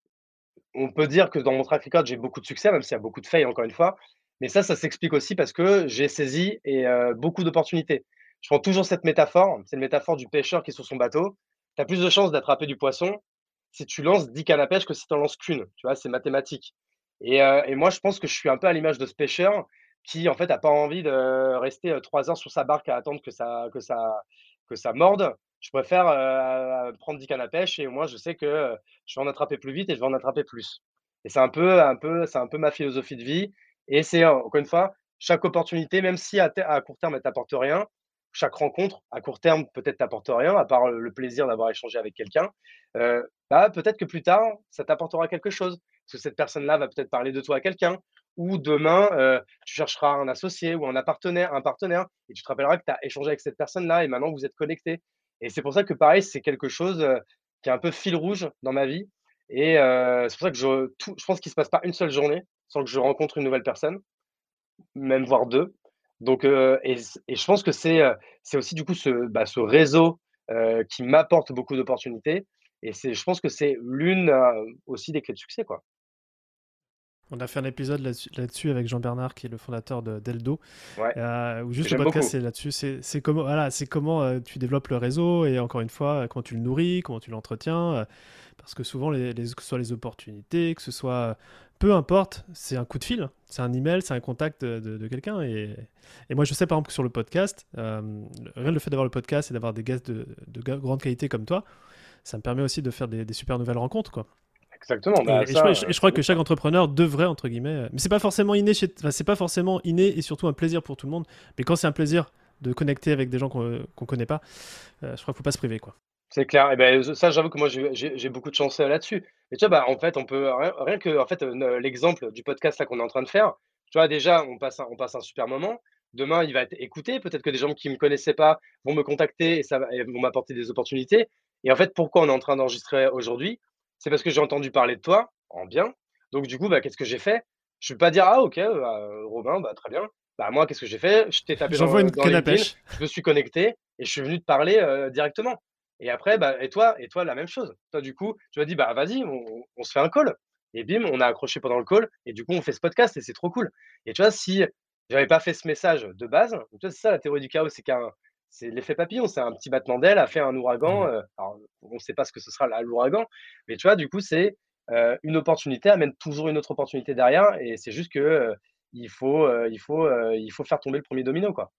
peut dire que dans mon track record, j'ai beaucoup de succès, même s'il y a beaucoup de fails encore une fois. Mais ça, ça s'explique aussi parce que j'ai saisi et heu, beaucoup d'opportunités. Je prends toujours cette métaphore, c'est une métaphore du pêcheur qui est sur son bateau. Tu as plus de chances d'attraper du poisson si tu lances dix cannes à pêche que si tu en lances qu'une, tu vois? C'est mathématique et heu et moi, je pense que je suis un peu à l'image de ce pêcheur qui, en fait, a pas envie de rester, heu, trois heures sur sa barque à attendre que ça que ça que ça morde. Je préfère, heu, prendre dix cannes à pêche et au moins je sais que, heu, je vais en attraper plus vite et je vais en attraper plus. Et c'est un peu un peu c'est un peu ma philosophie de vie et c'est, heu, encore une fois, chaque opportunité, même si à ter à court terme, elle t'apporte rien, chaque rencontre à court terme, peut-être t'apporte rien, à part, heu, le plaisir d'avoir échangé avec quelqu'un, heu, bah, peut-être que plus tard, ça t'apportera quelque chose. Parce que cette personne-là va peut-être parler de toi à quelqu'un ou demain, heu, tu chercheras un associé ou un a partenaire un partenaire et tu te rappelleras que tu as échangé avec cette personne-là et maintenant vous êtes connectés. Et c'est pour ça que pareil, c'est quelque chose, heu, qui est un peu fil rouge dans ma vie et heu, c'est pour ça que je tout je pense qu'il se passe pas une seule journée sans que je rencontre une nouvelle personne, même voire deux. Donc heu et c et je pense que c'est, heu, c'est aussi du coup ce, bah, ce réseau, heu, qui m'apporte beaucoup d'opportunités et c'est je pense que c'est l'une, heu, aussi des clés de succès, quoi. On a fait un épisode là-dessus là-dessus avec Jean Bernard, qui est le fondateur de d'Eldo, Ouais, euh, où que juste le j'aime podcast, beaucoup. c'est là-dessus. C'est c'est comment, voilà, c'est comment euh, tu développes le réseau et encore une fois, euh, comment tu le nourris, comment tu l'entretiens. euh, parce que souvent, les, les- que ce soit les opportunités, que ce soit. euh, Peu importe, c'est un coup de fil, c'est un email, c'est un contact de, de- de quelqu'un. Et, et moi, je sais par exemple que sur le podcast, euh, rien que le fait d'avoir le podcast et d'avoir des guests de, de ga- grande qualité comme toi, ça me permet aussi de faire des, des super nouvelles rencontres, quoi. Exactement, bah Et, et je, crois- ça, et je- et heu, je c'est crois ouf, que chaque quoi. entrepreneur devrait, entre guillemets, euh, mais c'est pas forcément inné, chez, enfin, c'est pas forcément inné et surtout un plaisir pour tout le monde. Mais quand c'est un plaisir de connecter avec des gens qu'on qu'on connaît pas, euh, je crois qu'il faut pas se priver, quoi. C'est clair et ben ça, j'avoue que moi, j'ai j'ai j'ai beaucoup de chance, heu, là-dessus. Et tu vois, bah, en fait, on peut rien rien que, en fait, heu, ne l'exemple du podcast là qu'on est en train de faire, tu vois, déjà, on passe un on passe un super moment. Demain, il va être écouté. Peut-être que des gens qui me connaissaient pas vont me contacter et ça va et vont m'apporter des opportunités. Et en fait, pourquoi on est en train d'enregistrer aujourd'hui? C'est parce que j'ai entendu parler de toi, en bien. Donc du coup, bah, qu'est-ce que j'ai fait? Je vais pas dire: «Ah OK, heu, bah, Robin, bah, très bien». Bah, moi, qu'est-ce que j'ai fait? Je t'ai tapé J'envoie dans, une dans canne à LinkedIn, pêche. je me suis connecté et je suis venu te parler, heu, directement. Et après, bah, et toi et toi la même chose. Toi, du coup, tu m'as dit: «Bah, vas-y, on on on se fait un call» et bim, on a accroché pendant le call et du coup, on fait ce podcast et c'est trop cool. Et tu vois, si j'avais pas fait ce message de base, tu vois, c'est ça la théorie du chaos, c'est qu'un c'est l'effet papillon, c'est un petit battement d'aile a fait un ouragan, Ouais. heu, alors on ne sait pas ce que ce sera là l'ouragan, mais tu vois, du coup, c'est, heu, une opportunité amène toujours une autre opportunité derrière et c'est juste que, heu, il faut, heu, il faut, heu, il faut faire tomber le premier domino, quoi.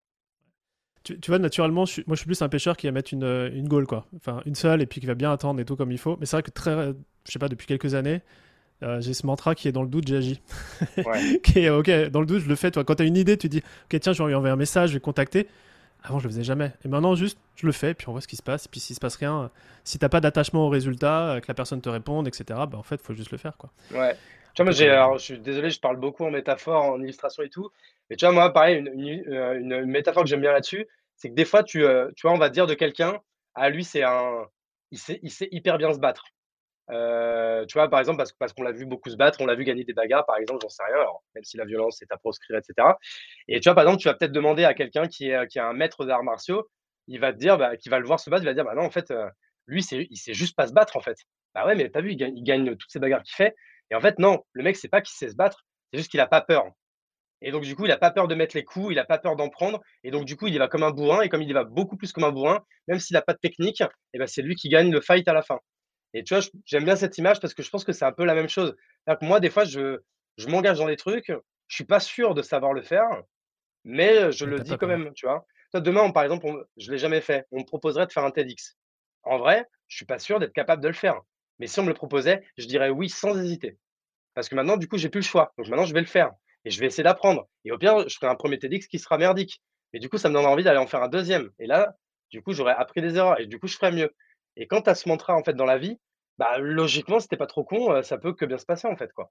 Tu, tu vois, naturellement, je suis- moi je suis plus un pêcheur qui va mettre une, euh, une goal, quoi. Enfin, une seule et puis qui va bien attendre et tout comme il faut. Mais c'est vrai que très, euh, je sais pas, depuis quelques années, euh, j'ai ce mantra qui est dans le doute, j'agis. Ouais. Qui est, ok, dans le doute, je le fais. Toi, quand tu as une idée, tu dis, ok, tiens, je vais lui envoyer un message, je vais contacter. Avant, je le faisais jamais. Et maintenant, juste, je le fais, puis on voit ce qui se passe. Et puis, s'il se passe rien, euh, si t'as pas d'attachement au résultat, euh, que la personne te réponde, et cetera, bah, en fait, faut juste le faire, quoi. Ouais. Tu Un vois, moi, peu j'ai comme. euh, alors je suis désolé, je parle beaucoup en métaphore, en illustration et tout, mais tu vois, moi, pareil, une une heu, une une métaphore que j'aime bien là-dessus, c'est que des fois, tu, heu, tu vois, on va dire de quelqu'un: «Ah, lui, c'est un il sait il sait hyper bien se battre». Heu, tu vois, par exemple, parce que parce qu'on l'a vu beaucoup se battre, on l'a vu gagner des bagarres, par exemple, j'en sais rien, alors même si la violence est à proscrire et cetera. Et tu vois, par exemple, tu vas peut-être demander à quelqu'un qui est, heu, qui est un maître d'arts martiaux, il va te dire, bah, qui va le voir se battre, il va dire: «Bah non, en fait, heu, lui, c'est il sait juste pas se battre, en fait». Bah ouais, mais tu as vu, il gagne il gagne toutes ces bagarres qu'il fait et en fait, non, le mec, c'est pas qu'il sait se battre, c'est juste qu'il a pas peur. Et donc du coup, il a pas peur de mettre les coups, il a pas peur d'en prendre et donc du coup, il y va comme un bourrin et comme il y va beaucoup plus comme un bourrin, même s'il a pas de technique et bah, c'est lui qui gagne le fight à la fin. Et tu vois, j j'aime bien cette image parce que je pense que c'est un peu la même chose. C'est-à-dire que moi, des fois, je je m'engage dans des trucs, je suis pas sûr de savoir le faire, mais heu, je Mais le t'as dis pas quand peur. même, tu vois? Toi, demain, on par exemple, on me je l'ai jamais fait, on me proposerait de faire un TEDx. En vrai, je suis pas sûr d'être capable de le faire, mais si on me le proposait, je dirais oui sans hésiter. Parce que maintenant, du coup, j'ai plus le choix. Donc maintenant, je vais le faire et je vais essayer d'apprendre et au pire, je ferai un premier TEDx qui sera merdique. Mais du coup, ça me donnera envie d'aller en faire un deuxième et là, du coup, j'aurais appris des erreurs et du coup, je ferai mieux. Et quand tu as ce mantra, en fait, dans la vie, bah, logiquement, si tu pas trop con, heu, ça peut que bien se passer, en fait, quoi.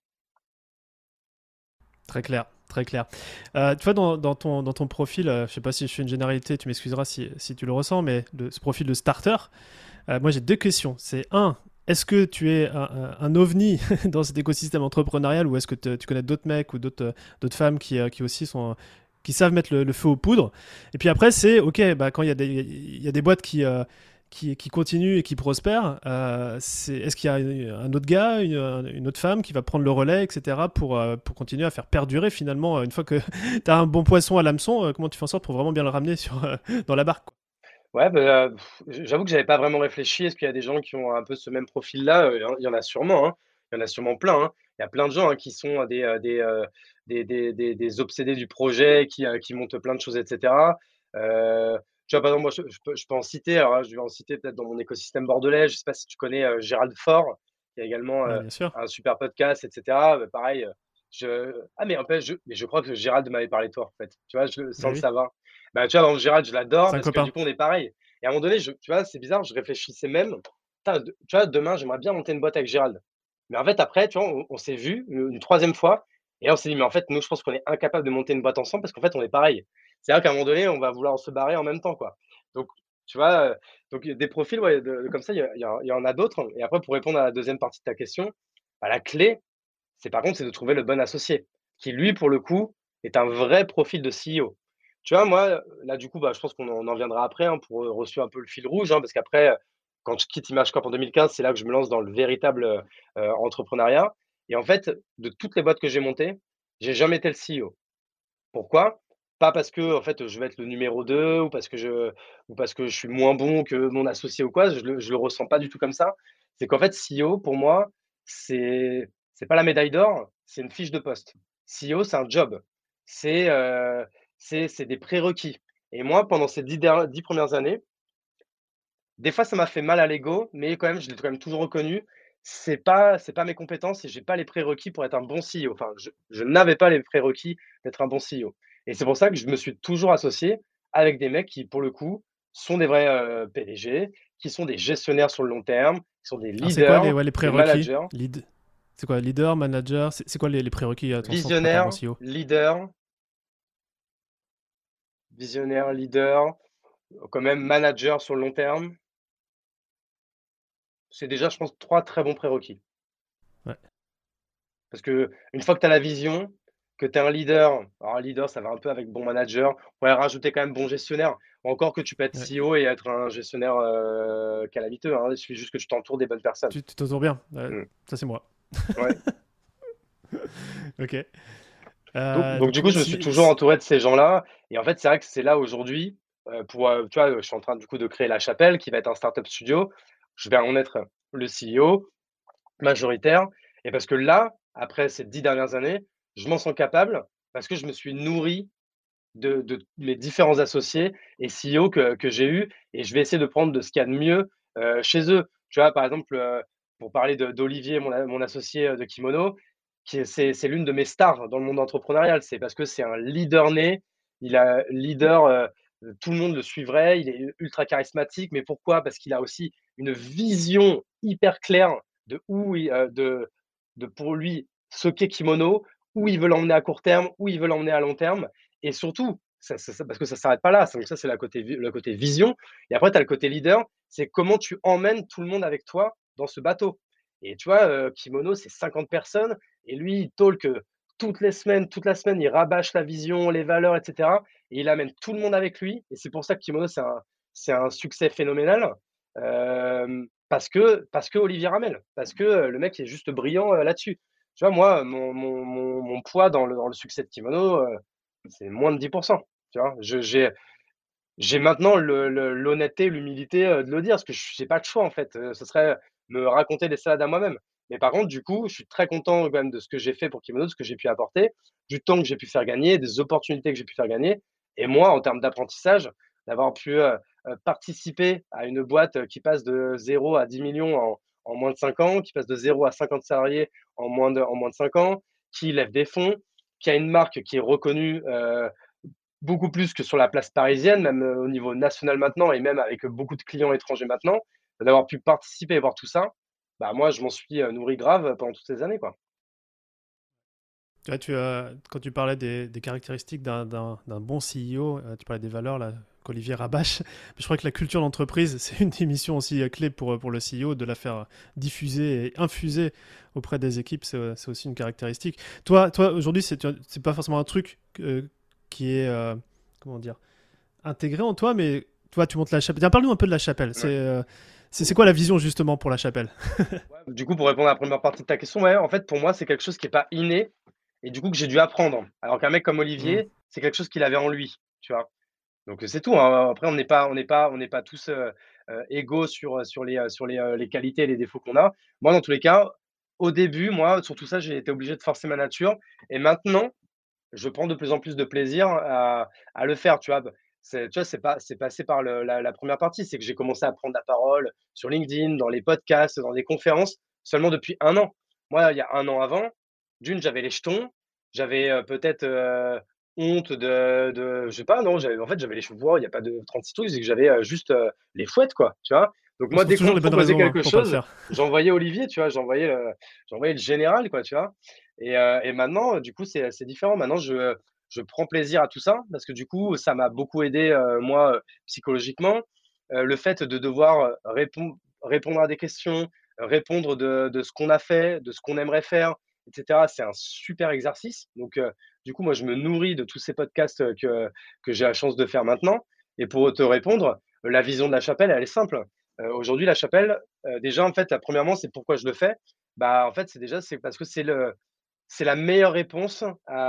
Très clair, très clair. Euh, tu vois, dans, dans ton, dans ton profil, euh, je sais pas si je fais une généralité, tu m'excuseras si, si tu le ressens, mais le, ce profil de starter, euh, moi j'ai deux questions. C'est un, est-ce que tu es un, un- un ovni dans cet écosystème entrepreneurial ou est-ce que te- tu connais d'autres mecs ou d'autres euh, d'autres femmes qui, euh, qui aussi sont qui savent mettre le, le feu aux poudres. Et puis après, c'est ok, bah, quand il y, a des- il y a des boîtes qui, euh, qui, qui continuent et qui prospèrent, euh, c'est, est-ce qu'il y a un autre gars, une, une autre femme qui va prendre le relais, et cetera, pour, euh, pour continuer à faire perdurer finalement, euh, une fois que tu as un bon poisson à l'hameçon, euh, comment tu fais en sorte pour vraiment bien le ramener sur, euh, dans la barque, quoi. Ouais, bah, j'avoue que j'avais pas vraiment réfléchi. Est-ce qu'il y a des gens qui ont un peu ce même profil-là? Heu, il y en il y en a sûrement, hein. Il y en a sûrement plein, hein. Il y a plein de gens, hein, qui sont des, heu, des, heu, des des des des obsédés du projet, qui, heu, qui montent plein de choses et cetera. Heu, tu vois, par exemple, moi, je je peux je peux en citer, alors là, je vais en citer peut-être dans mon écosystème bordelais. Je sais pas si tu connais, heu, Gérald Faure, qui a également, Ouais, heu, bien sûr. un super podcast et cetera. Bah, pareil, heu, je ah mais en fait, je mais je crois que Gérald m'avait parlé de toi, en fait, tu vois? Je sans Eh le oui, savoir. Bah, tu vois, par exemple, Gérald, je l'adore c'est un parce que du copain. coup, on est pareil. Et à un moment donné, je tu vois, c'est bizarre, je réfléchissais même, putain, de tu vois, demain, j'aimerais bien monter une boîte avec Gérald. Mais en fait, après, tu vois, on on s'est vu heu, une troisième fois et là, on s'est dit: «Mais en fait, nous, je pense qu'on est incapables de monter une boîte ensemble parce qu'en fait, on est pareil». C'est-à-dire qu'à un moment donné, on va vouloir se barrer en même temps, quoi. Donc, tu vois, heu, donc il y a des profils, ouais, de de comme ça, il y a il y a il y en a d'autres et après pour répondre à la deuxième partie de ta question, bah, la clé, c'est par contre, c'est de trouver le bon associé, qui lui, pour le coup, est un vrai profil de C E O. Tu vois, moi, là, du coup, bah, je pense qu'on en on en viendra après, hein, pour, heu, reçu un peu le fil rouge, hein, parce qu'après, heu, quand je quitte ImageCorp en deux mille quinze, c'est là que je me lance dans le véritable, heu heu, entrepreneuriat. Et en fait, de toutes les boîtes que j'ai montées, j'ai jamais été le C E O. Pourquoi? Pas parce que en fait, je vais être le numéro deux ou parce que je ou parce que je suis moins bon que mon associé ou quoi, je le je le ressens pas du tout comme ça. C'est qu'en fait, C E O pour moi, c'est c'est pas la médaille d'or, c'est une fiche de poste. C E O, c'est un job. C'est, heu, c'est c'est des prérequis et moi, pendant ces dix der dix premières années, des fois, ça m'a fait mal à l'ego, mais quand même, je l'ai quand même toujours reconnu. C'est pas c'est pas mes compétences et j'ai pas les prérequis pour être un bon C E O. Enfin, je je n'avais pas les prérequis d'être un bon C E O et c'est pour ça que je me suis toujours associé avec des mecs qui, pour le coup, sont des vrais, heu, P D G, qui sont des gestionnaires sur le long terme, qui sont des Alors c'est quoi les, leaders, ouais, les des prérequis? managers, Lead. C'est quoi? Leader, manager? C'est c'est quoi les, les prérequis, attention, pour être un bon visionnaires, C E O? leaders, visionnaires, leaders, quand même manager sur le long terme. C'est déjà, je pense, trois très bons prérequis. Ouais, Parce que une fois que tu as la vision, que tu es un leader, alors un leader, ça va un peu avec bon manager, on pourrait rajouter quand même bon gestionnaire. Ou encore que tu peux être ouais. C E O et être un gestionnaire, heu, calamiteux, hein. Il suffit juste que tu t'entoures des bonnes personnes. Tu tu t'entends bien? Ouais, Mmh. ça c'est moi. Ouais. Ok. Donc Euh, donc donc du coup, ouais, je me suis si, toujours si- entouré de ces gens-là et en fait, c'est vrai que c'est là aujourd'hui, heu, pour, heu, tu vois, je suis en train du coup de créer La Chapelle qui va être un startup studio. Je vais en être le C E O majoritaire et parce que là, après ces dix dernières années, je m'en sens capable parce que je me suis nourri de de mes différents associés et C E O que que j'ai eus et je vais essayer de prendre de ce qu'il y a de mieux, heu, chez eux. Tu vois, par exemple, heu, pour parler de d'Olivier, mon a mon associé, heu, de Kimono, qui est c'est c'est l'une de mes stars dans le monde entrepreneurial. C'est parce que c'est un leader né, il a leader, heu, tout le monde le suivrait, il est ultra charismatique, mais pourquoi? Parce qu'il a aussi une vision hyper claire de où il, heu, de de pour lui, ce qu'est Kimono, où il veut l'emmener à court terme, où il veut l'emmener à long terme et surtout, ça ça ça parce que ça s'arrête pas là, donc ça, c'est la côté vi le côté vision et après tu as le côté leader, c'est comment tu emmènes tout le monde avec toi dans ce bateau et tu vois, heu, Kimono, c'est cinquante personnes et lui, il talk, heu, toutes les semaines toute la semaine, il rabâche la vision, les valeurs et cetera et il amène tout le monde avec lui et c'est pour ça que Kimono, c'est un c'est un succès phénoménal, hem, parce que parce que Olivier Ramel, parce que, heu, le mec est juste brillant, heu, là-dessus. Tu vois, moi, mon mon mon mon poids dans le dans le succès de Kimono, heu, c'est moins de dix pour cent, tu vois? Je j'ai j'ai maintenant le le l'honnêteté, l'humilité, heu, de le dire parce que j'ai pas de choix en fait, heu, ce serait me raconter des salades à moi-même. Mais par contre, du coup, je suis très content quand même de ce que j'ai fait pour Kimono, de ce que j'ai pu apporter, du temps que j'ai pu faire gagner, des opportunités que j'ai pu faire gagner et moi, en termes d'apprentissage, d'avoir pu, heu heu, participer à une boîte, heu, qui passe de zéro à dix millions en en moins de cinq ans, qui passe de zéro à cinquante salariés en moins de en moins de cinq ans, qui lève des fonds, qui a une marque qui est reconnue, heu beaucoup plus que sur la place parisienne, même, heu, au niveau national maintenant et même avec, beaucoup de clients étrangers maintenant, d'avoir pu participer et voir tout ça, bah, moi je m'en suis, heu, nourri grave pendant toutes ces années, quoi. ouais, tu as, quand tu parlais des, des caractéristiques d'un d'un- d'un bon C E O, euh, tu parlais des valeurs là qu'Olivier rabâche. Je crois que la culture d'entreprise, c'est une des missions aussi euh, clé pour, pour le C E O, de la faire diffuser et infuser auprès des équipes, c'est euh, c'est aussi une caractéristique. Toi, toi aujourd'hui, c'est c'est pas forcément un truc euh, qui est, euh, comment dire, intégré en toi, mais toi, tu montes la chapelle. Tiens, parle-nous un peu de la chapelle. C'est Ouais. euh, c'est c'est quoi la vision justement pour la chapelle? Ouais, du coup, pour répondre à la première partie de ta question, ouais, en fait, pour moi, c'est quelque chose qui est pas inné et du coup que j'ai dû apprendre. Alors qu'un mec comme Hmm. Olivier, c'est quelque chose qu'il avait en lui, tu vois? Donc, heu, c'est tout, hein, après on n'est pas on n'est pas on n'est pas tous, heu heu, égaux sur, heu, sur les, heu, sur les, heu, les qualités et les défauts qu'on a. Moi, dans tous les cas, au début, moi, sur tout ça, j'ai été obligé de forcer ma nature et maintenant je prends de plus en plus de plaisir à à le faire, tu vois? Bah, c'est tu vois, c'est pas c'est passé par le la la première partie, c'est que j'ai commencé à prendre la parole sur LinkedIn, dans les podcasts, dans des conférences, seulement depuis un an. Moi, il y a un an avant, d'une, j'avais les jetons, j'avais, heu, peut-être, heu, honte de de je sais pas, non, j'avais en fait, j'avais les cheveux il y a pas de trente-six trucs, c'est que j'avais, heu, juste, heu, les fouettes, quoi, tu vois? Donc On se moi, trouve dès qu'on toujours me les bonnes proposait raisons, hein, quelque pour pas le chose, faire. j'envoyais Olivier, tu vois? J'envoyais, heu, j'envoyais le général, quoi, tu vois? Et heu et maintenant, du coup, c'est c'est différent. Maintenant, je je prends plaisir à tout ça parce que du coup, ça m'a beaucoup aidé, heu, moi, heu, psychologiquement. Heu, le fait de devoir, heu, répon répondre à des questions, heu, répondre de de ce qu'on a fait, de ce qu'on aimerait faire et cetera, c'est un super exercice. Donc heu, du coup, moi, je me nourris de tous ces podcasts, heu, que que j'ai la chance de faire maintenant et pour te répondre, heu, la vision de la chapelle, elle est simple. Heu, aujourd'hui, la chapelle, heu, déjà, en fait, la premièrement, c'est pourquoi je le fais. Bah, en fait, c'est déjà, c'est parce que c'est le c'est la meilleure réponse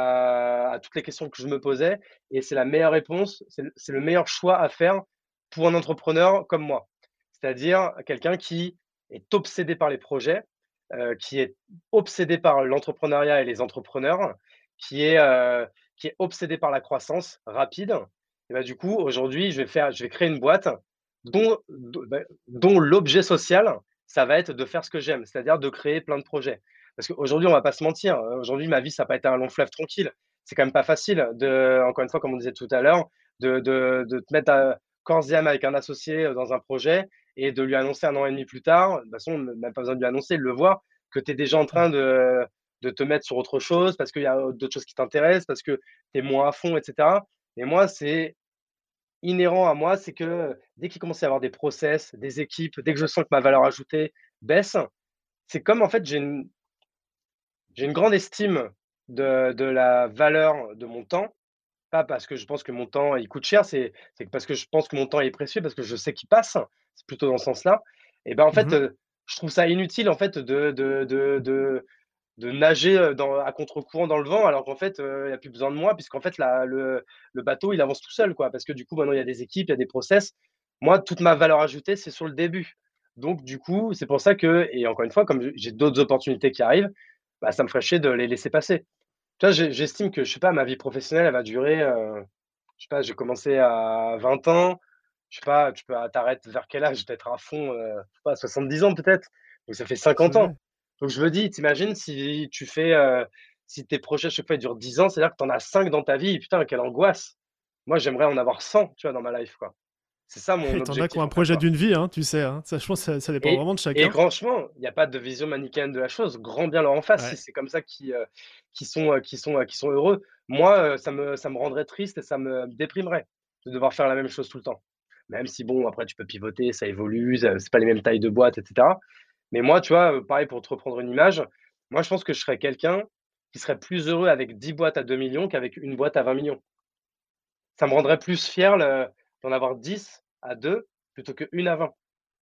à à toutes les questions que je me posais et c'est la meilleure réponse, c'est le c'est le meilleur choix à faire pour un entrepreneur comme moi. C'est-à-dire quelqu'un qui est obsédé par les projets, heu, qui est obsédé par l'entrepreneuriat et les entrepreneurs, qui est, heu, qui est obsédé par la croissance rapide et bah, du coup, aujourd'hui, je vais faire je vais créer une boîte dont d bah, dont l'objet social, ça va être de faire ce que j'aime, c'est-à-dire de créer plein de projets. Parce qu'aujourd'hui, on va pas se mentir, heu, aujourd'hui, ma vie, ça a pas été un long fleuve tranquille. C'est quand même pas facile de encore une fois, comme on disait tout à l'heure, de de de te mettre à corps et âme avec un associé, heu, dans un projet et de lui annoncer un an et demi plus tard, de toute façon, même pas besoin de lui annoncer, il le voit, que tu es déjà en train Ouais. de de te mettre sur autre chose parce qu'il y a d'autres choses qui t'intéressent, parce que tu es moins à fond et cetera et moi, c'est inhérent à moi, c'est que dès qu'il commence à y avoir des process, des équipes, dès que je sens que ma valeur ajoutée baisse, c'est comme en fait, j'ai une j'ai une grande estime de de la valeur de mon temps, pas parce que je pense que mon temps, il coûte cher, c'est c'est parce que je pense que mon temps est précieux, parce que je sais qu'il passe, c'est plutôt dans ce sens-là et ben, en fait, Mmh. heu, je trouve ça inutile, en fait, de de de de de nager, heu, dans à contre-courant dans le vent alors qu'en fait, heu, il y a plus besoin de moi puisqu'en fait la le le bateau, il avance tout seul, quoi. Parce que du coup, maintenant, il y a des équipes, il y a des process. Moi, toute ma valeur ajoutée, c'est sur le début. Donc du coup, c'est pour ça que et encore une fois, comme je j'ai d'autres opportunités qui arrivent, bah, ça me ferait chier de les laisser passer. Tu vois, j'e j'estime que, je sais pas, ma vie professionnelle, elle va durer, heu, je sais pas, j'ai commencé à vingt ans, je sais pas, tu peux tu arrêtes vers quel âge? D'être à fond, heu, je sais pas, soixante-dix ans peut-être? Donc ça fait C'est cinquante ans. vrai. Donc je me dis, tu imagines si tu fais, heu, si tes projets à chaque fois ils durent dix ans, c'est-à-dire que tu en as cinq dans ta vie, putain quelle angoisse! Moi j'aimerais en avoir cent, tu vois, dans ma life, quoi. C'est ça mon Et tu as qui ont objectif un en fait, projet quoi. d'une vie, hein, tu sais, hein. Ça, je pense ça ça dépend Et vraiment de et chacun. franchement, il y a pas de vision manichéenne de la chose, grand bien leur en face si Ouais. c'est comme ça qu'ils, heu, qu'ils sont, heu, qu'ils sont, heu, qu'ils sont heureux. Moi, heu, ça me ça me rendrait triste et ça me déprimerait de devoir faire la même chose tout le temps. Même si bon, après tu peux pivoter, ça évolue, ça c'est pas les mêmes tailles de boîte et cetera. Mais moi, tu vois, heu, pareil pour te reprendre une image, moi je pense que je serais quelqu'un qui serait plus heureux avec dix boîtes à deux millions qu'avec une boîte à vingt millions. Ça me rendrait plus fier le d'en avoir dix à deux plutôt qu'une à vingt.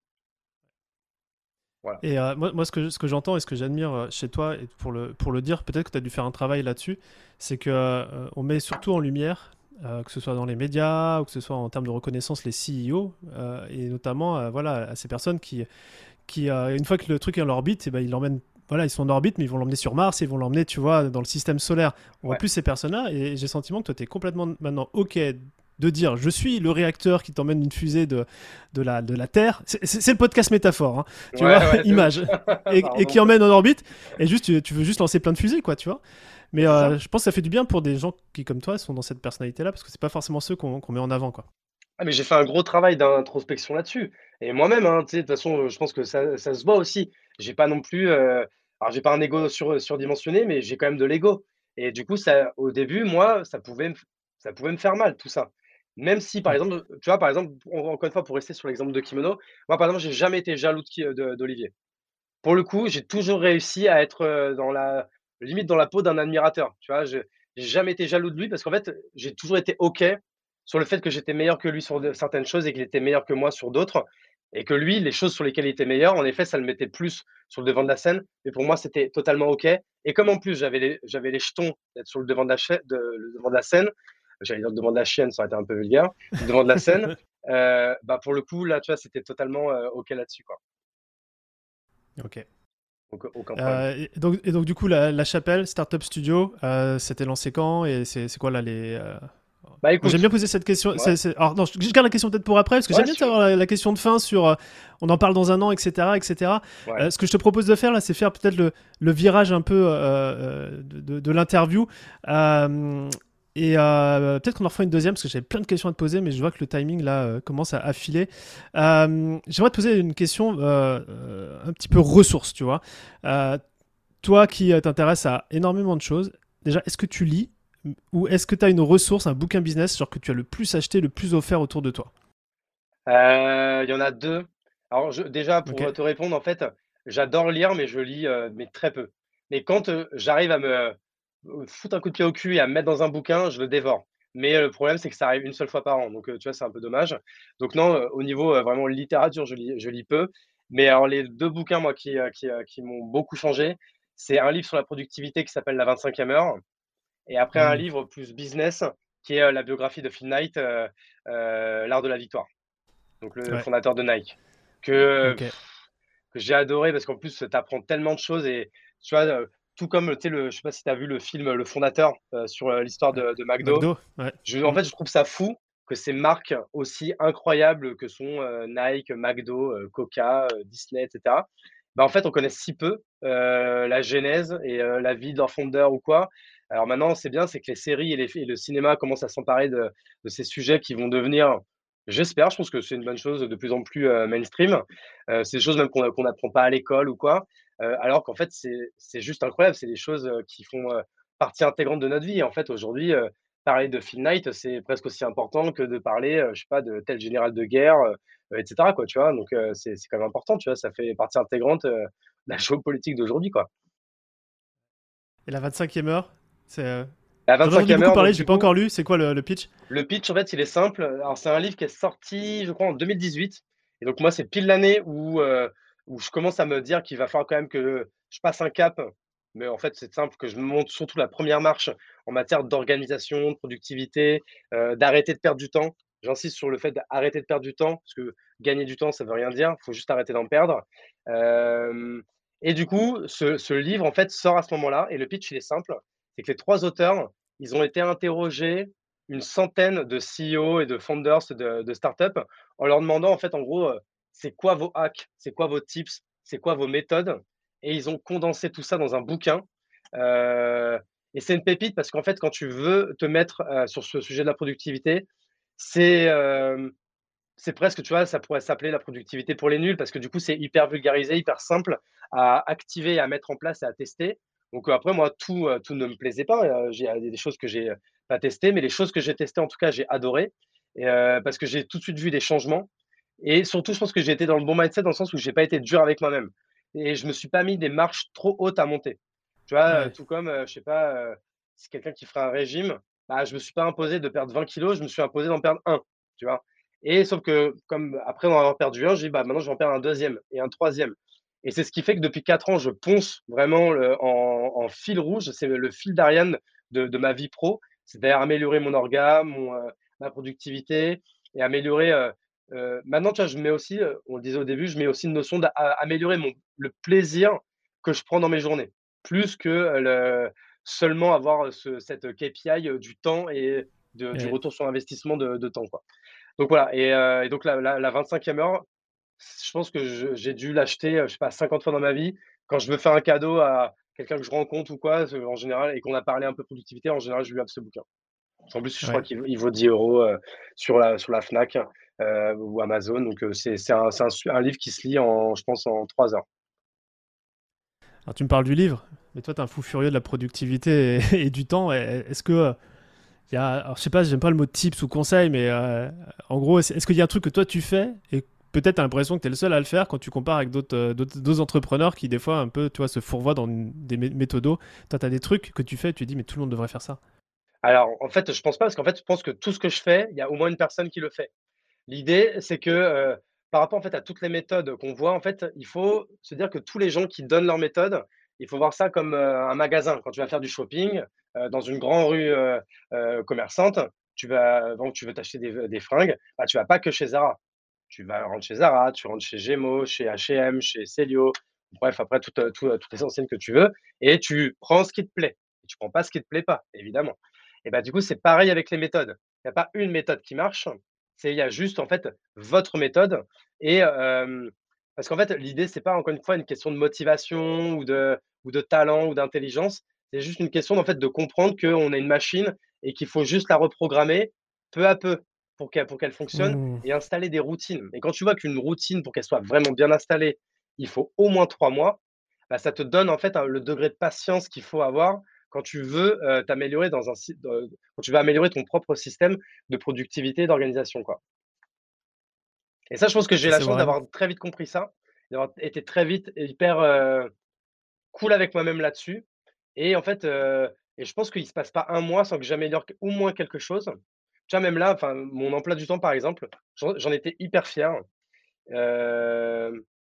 Voilà. Et euh, moi, moi, ce que, ce que j'entends et ce que j'admire euh, chez toi, et pour le, pour le dire, peut-être que tu as dû faire un travail là-dessus, c'est que euh, on met surtout en lumière, euh, que ce soit dans les médias ou que ce soit en termes de reconnaissance, les C E O, euh, et notamment euh, voilà, à ces personnes qui, qui euh, une fois que le truc est en orbite, et ben, ils l'emmènent. Voilà, ils sont en orbite, mais ils vont l'emmener sur Mars, ils vont l'emmener, tu vois, dans le système solaire. On voit Ouais. plus ces personnes-là, et j'ai le sentiment que toi, tu es complètement maintenant OK de dire je suis le réacteur qui t'emmène une fusée de, de, la, de la Terre. C'est c'est le podcast métaphore, hein, tu vois, Ouais, ouais, de ouf. image, et, et Pardon. qui emmène en orbite, et juste tu, tu veux juste lancer plein de fusées, quoi, tu vois. Mais Mais c'est ça. euh, je pense que ça fait du bien pour des gens qui, comme toi, sont dans cette personnalité-là, parce que c'est pas forcément ceux qu'on qu'on met en avant, quoi. Ah mais j'ai fait un gros travail d'introspection là-dessus et moi-même, hein, tu sais, de toute façon, heu, je pense que ça ça se voit aussi. J'ai pas non plus, heu, alors j'ai pas un ego sur surdimensionné, mais j'ai quand même de l'ego et du coup, ça au début, moi, ça pouvait me f ça pouvait me faire mal tout ça. Même si, par Ouais. exemple, tu vois, par exemple, en encore une fois, pour rester sur l'exemple de Kimono, moi, par exemple, j'ai jamais été jaloux de Ki de d'Olivier. Pour le coup, j'ai toujours réussi à être, heu, dans la limite dans la peau d'un admirateur, tu vois? Je j'ai jamais été jaloux de lui parce qu'en fait, j'ai toujours été OK sur le fait que j'étais meilleur que lui sur de certaines choses et qu'il était meilleur que moi sur d'autres et que lui, les choses sur lesquelles il était meilleur, en effet, ça le mettait plus sur le devant de la scène et pour moi, c'était totalement OK et comme en plus j'avais les j'avais les jetons d'être sur le devant de la chai de le devant de la scène, j'allais dire le devant de la chienne, ça aurait été un peu vulgaire, le devant de la scène, heu, bah, pour le coup, là, tu vois, c'était totalement, heu, OK là-dessus, quoi. Ok. Donc aucun problème. Euh, et, donc, et donc, du coup, la, la Chapelle, Startup Studio, euh, c'était lancé quand? Et c'est c'est quoi là les. euh, Bah, Moi, j'aime bien écoute, poser cette question. ouais, c'est- c'est- Alors, non, je je garde la question peut-être pour après, parce que j'aime ouais, bien si tu veux. savoir la, la question de fin sur. euh, on en parle dans un an, et cetera, et cetera. Ouais, Euh, ce que je te propose de faire là, c'est faire peut-être le, le virage un peu euh, euh, de, de- de l'interview. Euh, et euh, peut-être qu'on en fera une deuxième, parce que j'avais plein de questions à te poser, mais je vois que le timing là euh, commence à affiler. Euh, J'aimerais te poser une question euh, euh, un petit peu ressource, tu vois. Euh, Toi qui euh, t'intéresses à énormément de choses, déjà, est-ce que tu lis ou est-ce que tu as une ressource, un bouquin business, genre que tu as le plus acheté, le plus offert autour de toi? heu, il y en a deux. Alors je déjà Ok. pour, te répondre, en fait, j'adore lire, mais je lis, heu, mais très peu. Mais quand, heu, j'arrive à me, heu, foutre un coup de pied au cul et à me mettre dans un bouquin, je le dévore. Mais, heu, le problème, c'est que ça arrive une seule fois par an, donc, heu, tu vois, c'est un peu dommage. Donc non, heu, au niveau, heu, vraiment littérature, je lis je lis peu Mais alors les deux bouquins, moi, qui, heu, qui, heu, qui m'ont beaucoup changé, c'est un livre sur la productivité qui s'appelle La vingt-cinquième heure et après un Mmh. livre plus business qui est, heu, la biographie de Phil Knight, heu heu, L'art de la victoire, donc le Ouais, fondateur de Nike, que OK. que j'ai adoré parce qu'en plus, tu apprends tellement de choses et tu vois, heu, tout comme, tu sais, le je sais pas si tu as vu le film, Le Fondateur, heu, sur, heu, l'histoire Ouais. de de McDo. McDo? Ouais. Je en Mmh. fait, je trouve ça fou que ces marques aussi incroyables que sont, heu, Nike, McDo, heu, Coca, heu, Disney et cetera, bah, en fait, on connaît si peu, heu, la genèse et heu, la vie de leur fondeur ou quoi. Alors maintenant, c'est bien, c'est que les séries et les fi et le cinéma commencent à s'emparer de de ces sujets qui vont devenir, j'espère, je pense que c'est une bonne chose, de plus en plus, heu, mainstream. Heu, c'est des choses même qu'on qu'on n'apprend pas à l'école ou quoi, heu, alors qu'en fait, c'est c'est juste incroyable. C'est des choses, heu, qui font, heu, partie intégrante de notre vie. En fait, aujourd'hui, heu, parler de Phil Knight, c'est presque aussi important que de parler, heu, je sais pas, de tel général de guerre, heu heu, et cetera, quoi, tu vois? Donc heu, c'est c'est quand même important, tu vois? Ça fait partie intégrante, heu, de la géopolitique d'aujourd'hui, quoi. Et la vingt-cinquième heure, c'est, heu La j'en ai entendu vingt-cinquième beaucoup heure, parler, donc j'ai du pas coup, encore lu. C'est quoi le le pitch? le pitch, en fait, il est simple. Alors, c'est un livre qui est sorti, je crois, en deux mille dix-huit et donc moi, c'est pile l'année où, heu, où je commence à me dire qu'il va falloir quand même que je passe un cap. Mais en fait, c'est simple, que je monte surtout la première marche en matière d'organisation, de productivité, heu, d'arrêter de perdre du temps. J'insiste sur le fait d'arrêter de perdre du temps, parce que gagner du temps, ça veut rien dire. Il faut juste arrêter d'en perdre. Hem et du coup, ce ce livre, en fait, sort à ce moment-là et le pitch, il est simple. C'est que les trois auteurs, ils ont été interrogés une centaine de C E O et de founders de de start-up en leur demandant en fait, en gros, heu, c'est quoi vos hacks? C'est quoi vos tips? C'est quoi vos méthodes? Et ils ont condensé tout ça dans un bouquin, heu et c'est une pépite parce qu'en fait, quand tu veux te mettre, heu, sur ce sujet de la productivité, c'est, hem, c'est presque, tu vois, ça pourrait s'appeler la productivité pour les nuls parce que du coup, c'est hyper vulgarisé, hyper simple à activer, à mettre en place et à tester. Donc, heu, après moi, tout, heu, tout ne me plaisait pas, heu, j'ai il y a des choses que j'ai, heu, pas testées, mais les choses que j'ai testées, en tout cas, j'ai adoré et heu, parce que j'ai tout de suite vu des changements et surtout, je pense que j'ai été dans le bon mindset dans le sens où j'ai pas été dur avec moi-même et je me suis pas mis des marches trop hautes à monter. Tu vois, heu, Ouais. tout comme, heu, je sais pas, heu, si quelqu'un qui ferait un régime, bah, je me suis pas imposé de perdre vingt kilos, je me suis imposé d'en perdre un, tu vois? Et sauf que comme après en avoir perdu un, j'ai dit: «Bah, maintenant je vais en perdre un deuxième et un troisième et c'est ce qui fait que depuis quatre ans, je ponce vraiment le en en fil rouge, c'est le fil d'Ariane de de ma vie pro. C'est-à-dire améliorer mon orga, mon, heu, ma productivité et améliorer, heu heu, maintenant, tu vois, je mets aussi, heu, on le disait au début, je mets aussi une notion d'améliorer mon le plaisir que je prends dans mes journées. Plus que, heu, le seulement avoir, ce cette K P I, heu, du temps et de du Ouais. retour sur investissement de de temps, quoi. Donc voilà et heu et donc la la la vingt-cinquième heure, je pense que je j'ai dû l'acheter, heu, je sais pas cinquante fois dans ma vie. Quand je veux faire un cadeau à quelqu'un que je rencontre ou quoi, ce en général et qu'on a parlé un peu productivité, en général, je lui offre ce bouquin. En plus, je crois Ouais. qu'il il vaut dix euros € sur la sur la Fnac, heu, ou Amazon donc heu, c'est c'est un c'est un su un livre qui se lit en je pense en trois heures. Alors tu me parles du livre, mais toi, tu es un fou furieux de la productivité et et du temps. Et est-ce que, heu, il y a alors je sais pas, j'aime pas le mot tips ou conseil, mais, heu, en gros, est-ce est-ce qu'il y a un truc que toi tu fais et peut-être tu as l'impression que tu es le seul à le faire quand tu compares avec d'autres, heu, d'autres d'autres entrepreneurs qui des fois un peu, tu vois, se fourvoient dans une des mé méthodos. Toi, tu as des trucs que tu fais, tu dis: «Mais tout le monde devrait faire ça». Alors en fait, je pense pas parce qu'en fait, je pense que tout ce que je fais, il y a au moins une personne qui le fait. L'idée, c'est que, heu, par rapport, en fait, à toutes les méthodes qu'on voit, en fait, il faut se dire que tous les gens qui donnent leur méthode, il faut voir ça comme, heu, un magasin. Quand tu vas faire du shopping, heu, dans une grande rue, heu heu, commerçante, tu vas donc tu veux t'acheter des des fringues, bah, tu vas pas que chez Zara. Tu vas rentrer chez Zara, tu rentres chez Gémeaux, chez H et M, chez Célio, bref, après toutes, heu, tout, heu, toutes les enseignes que tu veux et tu prends ce qui te plaît. Tu prends pas ce qui te plaît pas, évidemment et bah, du coup, c'est pareil avec les méthodes. Il y a pas une méthode qui marche, c'est il y a juste, en fait, votre méthode et hem, parce qu'en fait, l'idée, c'est pas encore une fois une question de motivation ou de ou de talent ou d'intelligence. C'est juste une question, en fait, de comprendre qu'on est une machine et qu'il faut juste la reprogrammer peu à peu pour qu'elle pour qu'elle fonctionne Mmh. et installer des routines. Et quand tu vois qu'une routine, pour qu'elle soit vraiment bien installée, il faut au moins trois mois, bah, ça te donne, en fait, un le degré de patience qu'il faut avoir quand tu veux, heu, t'améliorer dans un sy de quand tu veux améliorer ton propre système de productivité et d'organisation, quoi. Et ça, je pense que j'ai Ça, la c'est chance vrai. d'avoir très vite compris ça, d'avoir été très vite et hyper, heu, cool avec moi-même là-dessus et en fait, heu et je pense qu'il se passe pas un mois sans que j'améliore q au moins quelque chose. Tu vois, même là, enfin, mon emploi du temps, par exemple, j'en j'en étais hyper fier. Hem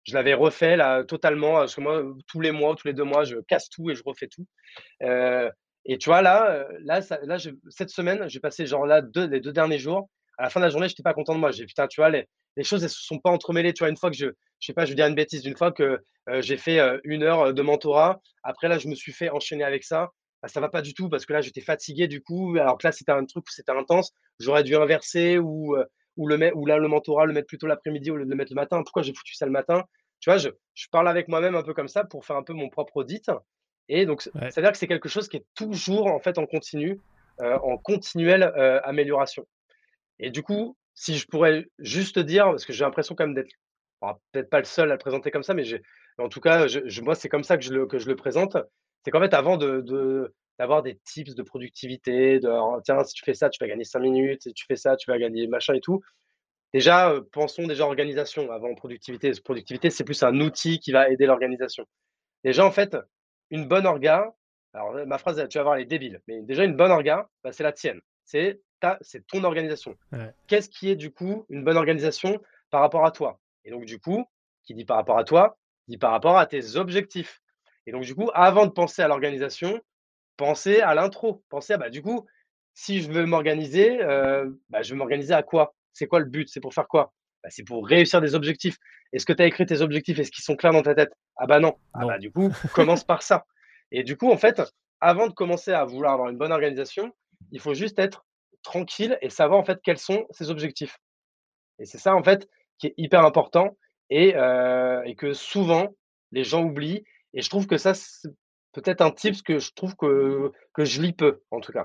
Je l'avais refait là totalement, parce que moi, tous les mois, tous les deux mois, je casse tout et je refais tout. Heu et tu vois là, heu, là ça là je cette semaine, j'ai passé genre là deux les deux derniers jours, à la fin de la journée, j'étais pas content de moi. J'ai dit: «Putain», tu vois, les les choses, elles se sont pas entremêlées, tu vois? Une fois que je je sais pas, je vais dire une bêtise, une fois que, heu, j'ai fait, heu, une heure, de mentorat, après là, je me suis fait enchaîner avec ça. Bah, ça va pas du tout parce que là, j'étais fatigué du coup, alors que là, c'était un truc où c'était intense. J'aurais dû inverser ou, heu, ou le met ou là, le mentorat, le mettre plutôt l'après-midi au lieu de le mettre le matin. Pourquoi j'ai foutu ça le matin? Tu vois, je je parle avec moi-même un peu comme ça pour faire un peu mon propre audit et donc c Ouais. ça veut dire que c'est quelque chose qui est toujours en fait en continu, heu, en continuelle, heu, amélioration et du coup, si je pourrais juste dire, parce que j'ai l'impression quand même d'être alors peut-être pas le seul à le présenter comme ça, mais j'ai en tout cas, je je moi, c'est comme ça que je le que je le présente. C'est qu'en fait, avant de de d'avoir des tips de productivité, de: «Alors tiens, si tu fais ça, tu vas gagner cinq minutes, si tu fais ça, tu vas gagner machin et tout». Déjà, heu, pensons déjà organisation avant productivité. Parce que productivité, c'est plus un outil qui va aider l'organisation. Déjà, en fait, une bonne orga, alors, heu, ma phrase, tu vas voir, elle est débile, mais déjà une bonne orga, bah, c'est la tienne. C'est ta c'est ton organisation. Ouais. Qu'est-ce qui est du coup une bonne organisation par rapport à toi? Et donc du coup, qui dit par rapport à toi, dit par rapport à tes objectifs. Et donc du coup, avant de penser à l'organisation, pensez à l'intro. Pensez à, bah, du coup, si je veux m'organiser, heu, bah, je vais m'organiser à quoi? C'est quoi le but? C'est pour faire quoi? Bah, c'est pour réussir des objectifs. Est-ce que tu as écrit tes objectifs? Est-ce qu'ils sont clairs dans ta tête? Ah bah non. Ah bah Non. du coup, commence par ça. Et du coup, en fait, avant de commencer à vouloir avoir une bonne organisation, il faut juste être tranquille et savoir en fait quels sont ses objectifs. Et c'est ça en fait qui est hyper important et heu et que souvent les gens oublient et je trouve que ça, c'est peut-être un tips que je trouve que que je lis peu, en tout cas.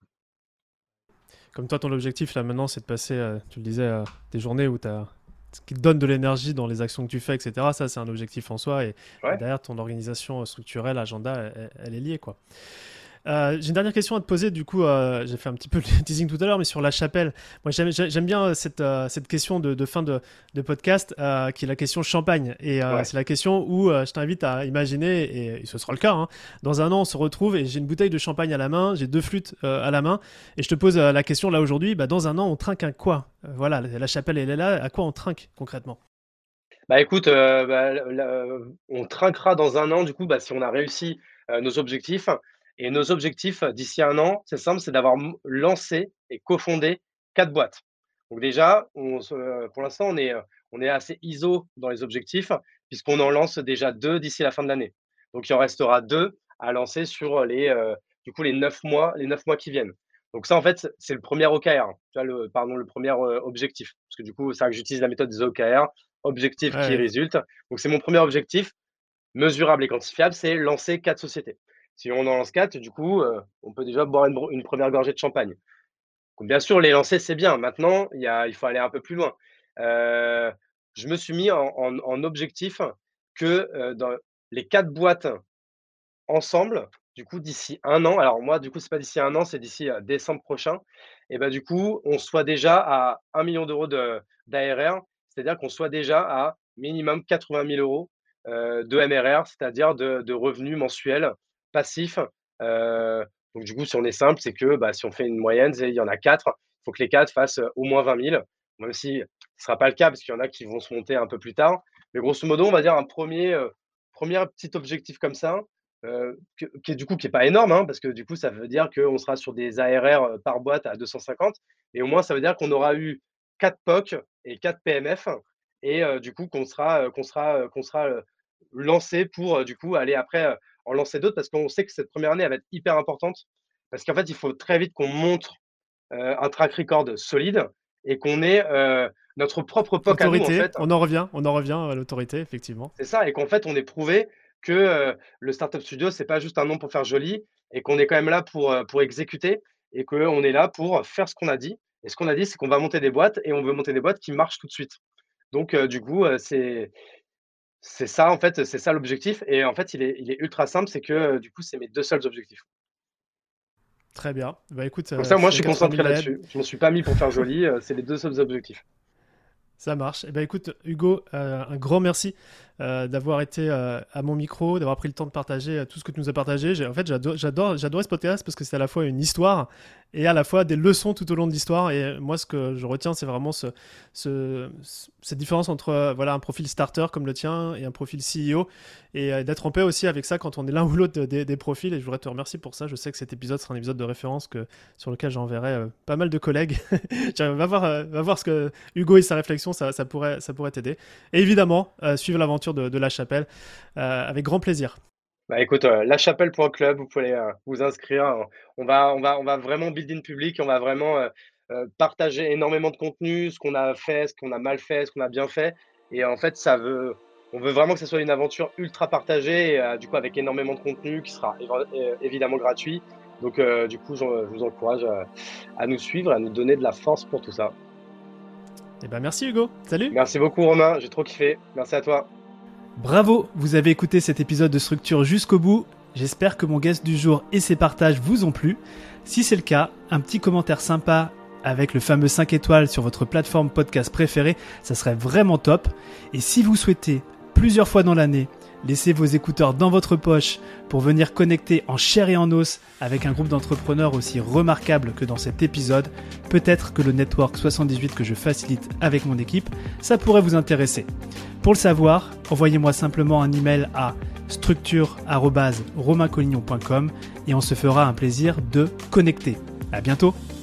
Comme toi, ton objectif là maintenant, c'est de passer, euh, tu le disais, euh, des journées où tu as ce qui te donne de l'énergie dans les actions que tu fais, et cetera. Ça, c'est un objectif en soi. Et, et Ouais, derrière, ton organisation structurelle, agenda, elle, elle est liée, quoi. Euh, j'ai une dernière question à te poser. Du coup, euh, j'ai fait un petit peu le teasing tout à l'heure, mais sur la chapelle. Moi, j'aime, j'aime bien euh, cette, euh, cette question de, de fin de, de podcast, euh, qui est la question champagne. Et euh, ouais. c'est la question où euh, je t'invite à imaginer, et, et ce sera le cas, hein, dans un an, on se retrouve et j'ai une bouteille de champagne à la main, j'ai deux flûtes euh, à la main, et je te pose euh, la question là aujourd'hui. Bah, dans un an, on trinque un quoi? Euh, Voilà, la, la chapelle, elle est là. À quoi on trinque concrètement? Bah, écoute, heu, bah, le le on trinquera dans un an du coup, bah, si on a réussi, heu, nos objectifs et nos objectifs euh, d'ici un an, c'est simple, c'est d'avoir m lancé et cofondé quatre boîtes. Donc déjà, on se pour l'instant, on est, heu, on est assez I S O dans les objectifs puisqu'on en lance déjà deux d'ici la fin de l'année. Donc il en restera deux à lancer sur les, heu, du coup les neuf mois les neuf mois qui viennent. Donc ça, en fait, c'est c'est le premier er O K R, tu vois? Le pardon, le premier er objectif. Parce que du coup, c'est vrai que j'utilise la méthode des O K R. Objectif qui Ouais, résulte. Donc c'est mon premier objectif, mesurable et quantifiable, c'est lancer quatre sociétés. Si on en lance quatre, du coup, heu, on peut déjà boire une br une première gorgée de champagne. Donc bien sûr, les lancer, c'est bien. Maintenant, il y a il faut aller un peu plus loin. Heu, je me suis mis en en en objectif que, heu, dans les quatre boîtes ensemble, du coup, d'ici un an, alors moi, du coup, c'est pas d'ici un an, c'est d'ici, heu, décembre prochain et bah, du coup, on soit déjà à un million d'euros de d'A R R. C'est-à-dire qu'on soit déjà à minimum quatre-vingt mille euros heu, de M R R, c'est-à-dire de de revenus mensuels passifs. Heu, donc du coup, si on est simple, c'est que, bah, si on fait une moyenne, c'est il y en a quatre, il faut que les quatre fassent, heu, au moins vingt mille, même si ce sera pas le cas parce qu'il y en a qui vont se monter un peu plus tard. Mais grosso modo, on va dire un premier er heu, petit objectif comme ça. Heu, que qui est du coup qui est pas énorme, hein, parce que du coup, ça veut dire qu'on sera sur des A R R, heu, par boîte à deux cent cinquante et au moins ça veut dire qu'on aura eu quatre P O C et quatre P M F et heu, du coup qu'on sera, heu, qu'on sera, heu, qu'on sera, heu, lancés pour, heu, du coup aller après, heu, en lancer d'autres parce qu'on sait que cette première année, elle va être hyper importante. Parce qu'en fait, il faut très vite qu'on montre, heu, un track record solide et qu'on ait, heu, notre propre P O C à nous, en L'autorité, fait. on en revient, on en revient à l'autorité, effectivement. C'est ça et qu'en fait, on ait prouvé que, heu, le startup studio, c'est pas juste un nom pour faire joli et qu'on est quand même là pour, heu, pour exécuter et qu'on est là pour faire ce qu'on a dit et ce qu'on a dit, c'est qu'on va monter des boîtes et on veut monter des boîtes qui marchent tout de suite. Donc heu, du coup, heu, c'est c'est ça, en fait, c'est ça l'objectif et en fait, il est il est ultra simple, c'est que, heu, du coup, c'est mes deux seuls objectifs. Très bien. Bah écoute, Comme euh, ça, moi, je s'il y a suis quatre-vingt concentré mille A M, là-dessus. Je m'en suis pas mis pour faire joli, heu, c'est les deux seuls objectifs. ça marche. Eh ben écoute, Hugo, euh, un grand merci euh, d'avoir été euh, à mon micro, d'avoir pris le temps de partager euh, tout ce que tu nous as partagé. J'ai, en fait, j'adore, j'adore, j'adore ce podcast parce que c'est à la fois une histoire et à la fois des leçons tout au long de l'histoire. Et moi, ce que je retiens, c'est vraiment ce, ce, cette différence entre euh, voilà, un profil starter comme le tien et un profil C E O, et euh, d'être en paix aussi avec ça quand on est l'un ou l'autre des, des profils. Et je voudrais te remercier pour ça. Je sais que cet épisode sera un épisode de référence que, sur lequel j'enverrai euh, pas mal de collègues. Tiens, va voir, euh, va voir ce que Hugo et sa réflexion, ça, ça, pourrait, ça pourrait t'aider. Et évidemment, euh, suivre l'aventure de, de La Chapelle euh, avec grand plaisir. Bah écoute, euh, lachapelle point club, vous pouvez euh, vous inscrire. On va, on va, on va vraiment build in public, on va vraiment euh, euh, partager énormément de contenu, ce qu'on a fait, ce qu'on a mal fait, ce qu'on a bien fait. Et en fait, ça veut, on veut vraiment que ce soit une aventure ultra partagée, et, euh, du coup avec énormément de contenu qui sera éva- euh, évidemment gratuit. Donc euh, du coup, j'en- je vous encourage euh, à nous suivre, à nous donner de la force pour tout ça. Et ben merci Hugo, salut. Merci beaucoup Romain, j'ai trop kiffé. Merci à toi. Bravo, vous avez écouté cet épisode de Structure jusqu'au bout. J'espère que mon guest du jour et ses partages vous ont plu. Si c'est le cas, un petit commentaire sympa avec le fameux cinq étoiles sur votre plateforme podcast préférée, ça serait vraiment top. Et si vous souhaitez, plusieurs fois dans l'année, laisser vos écouteurs dans votre poche pour venir connecter en chair et en os avec un groupe d'entrepreneurs aussi remarquable que dans cet épisode, peut-être que le Network soixante-dix-huit que je facilite avec mon équipe, ça pourrait vous intéresser. Pour le savoir, envoyez-moi simplement un email à structure arobase romain collignon point com et on se fera un plaisir de connecter. À bientôt!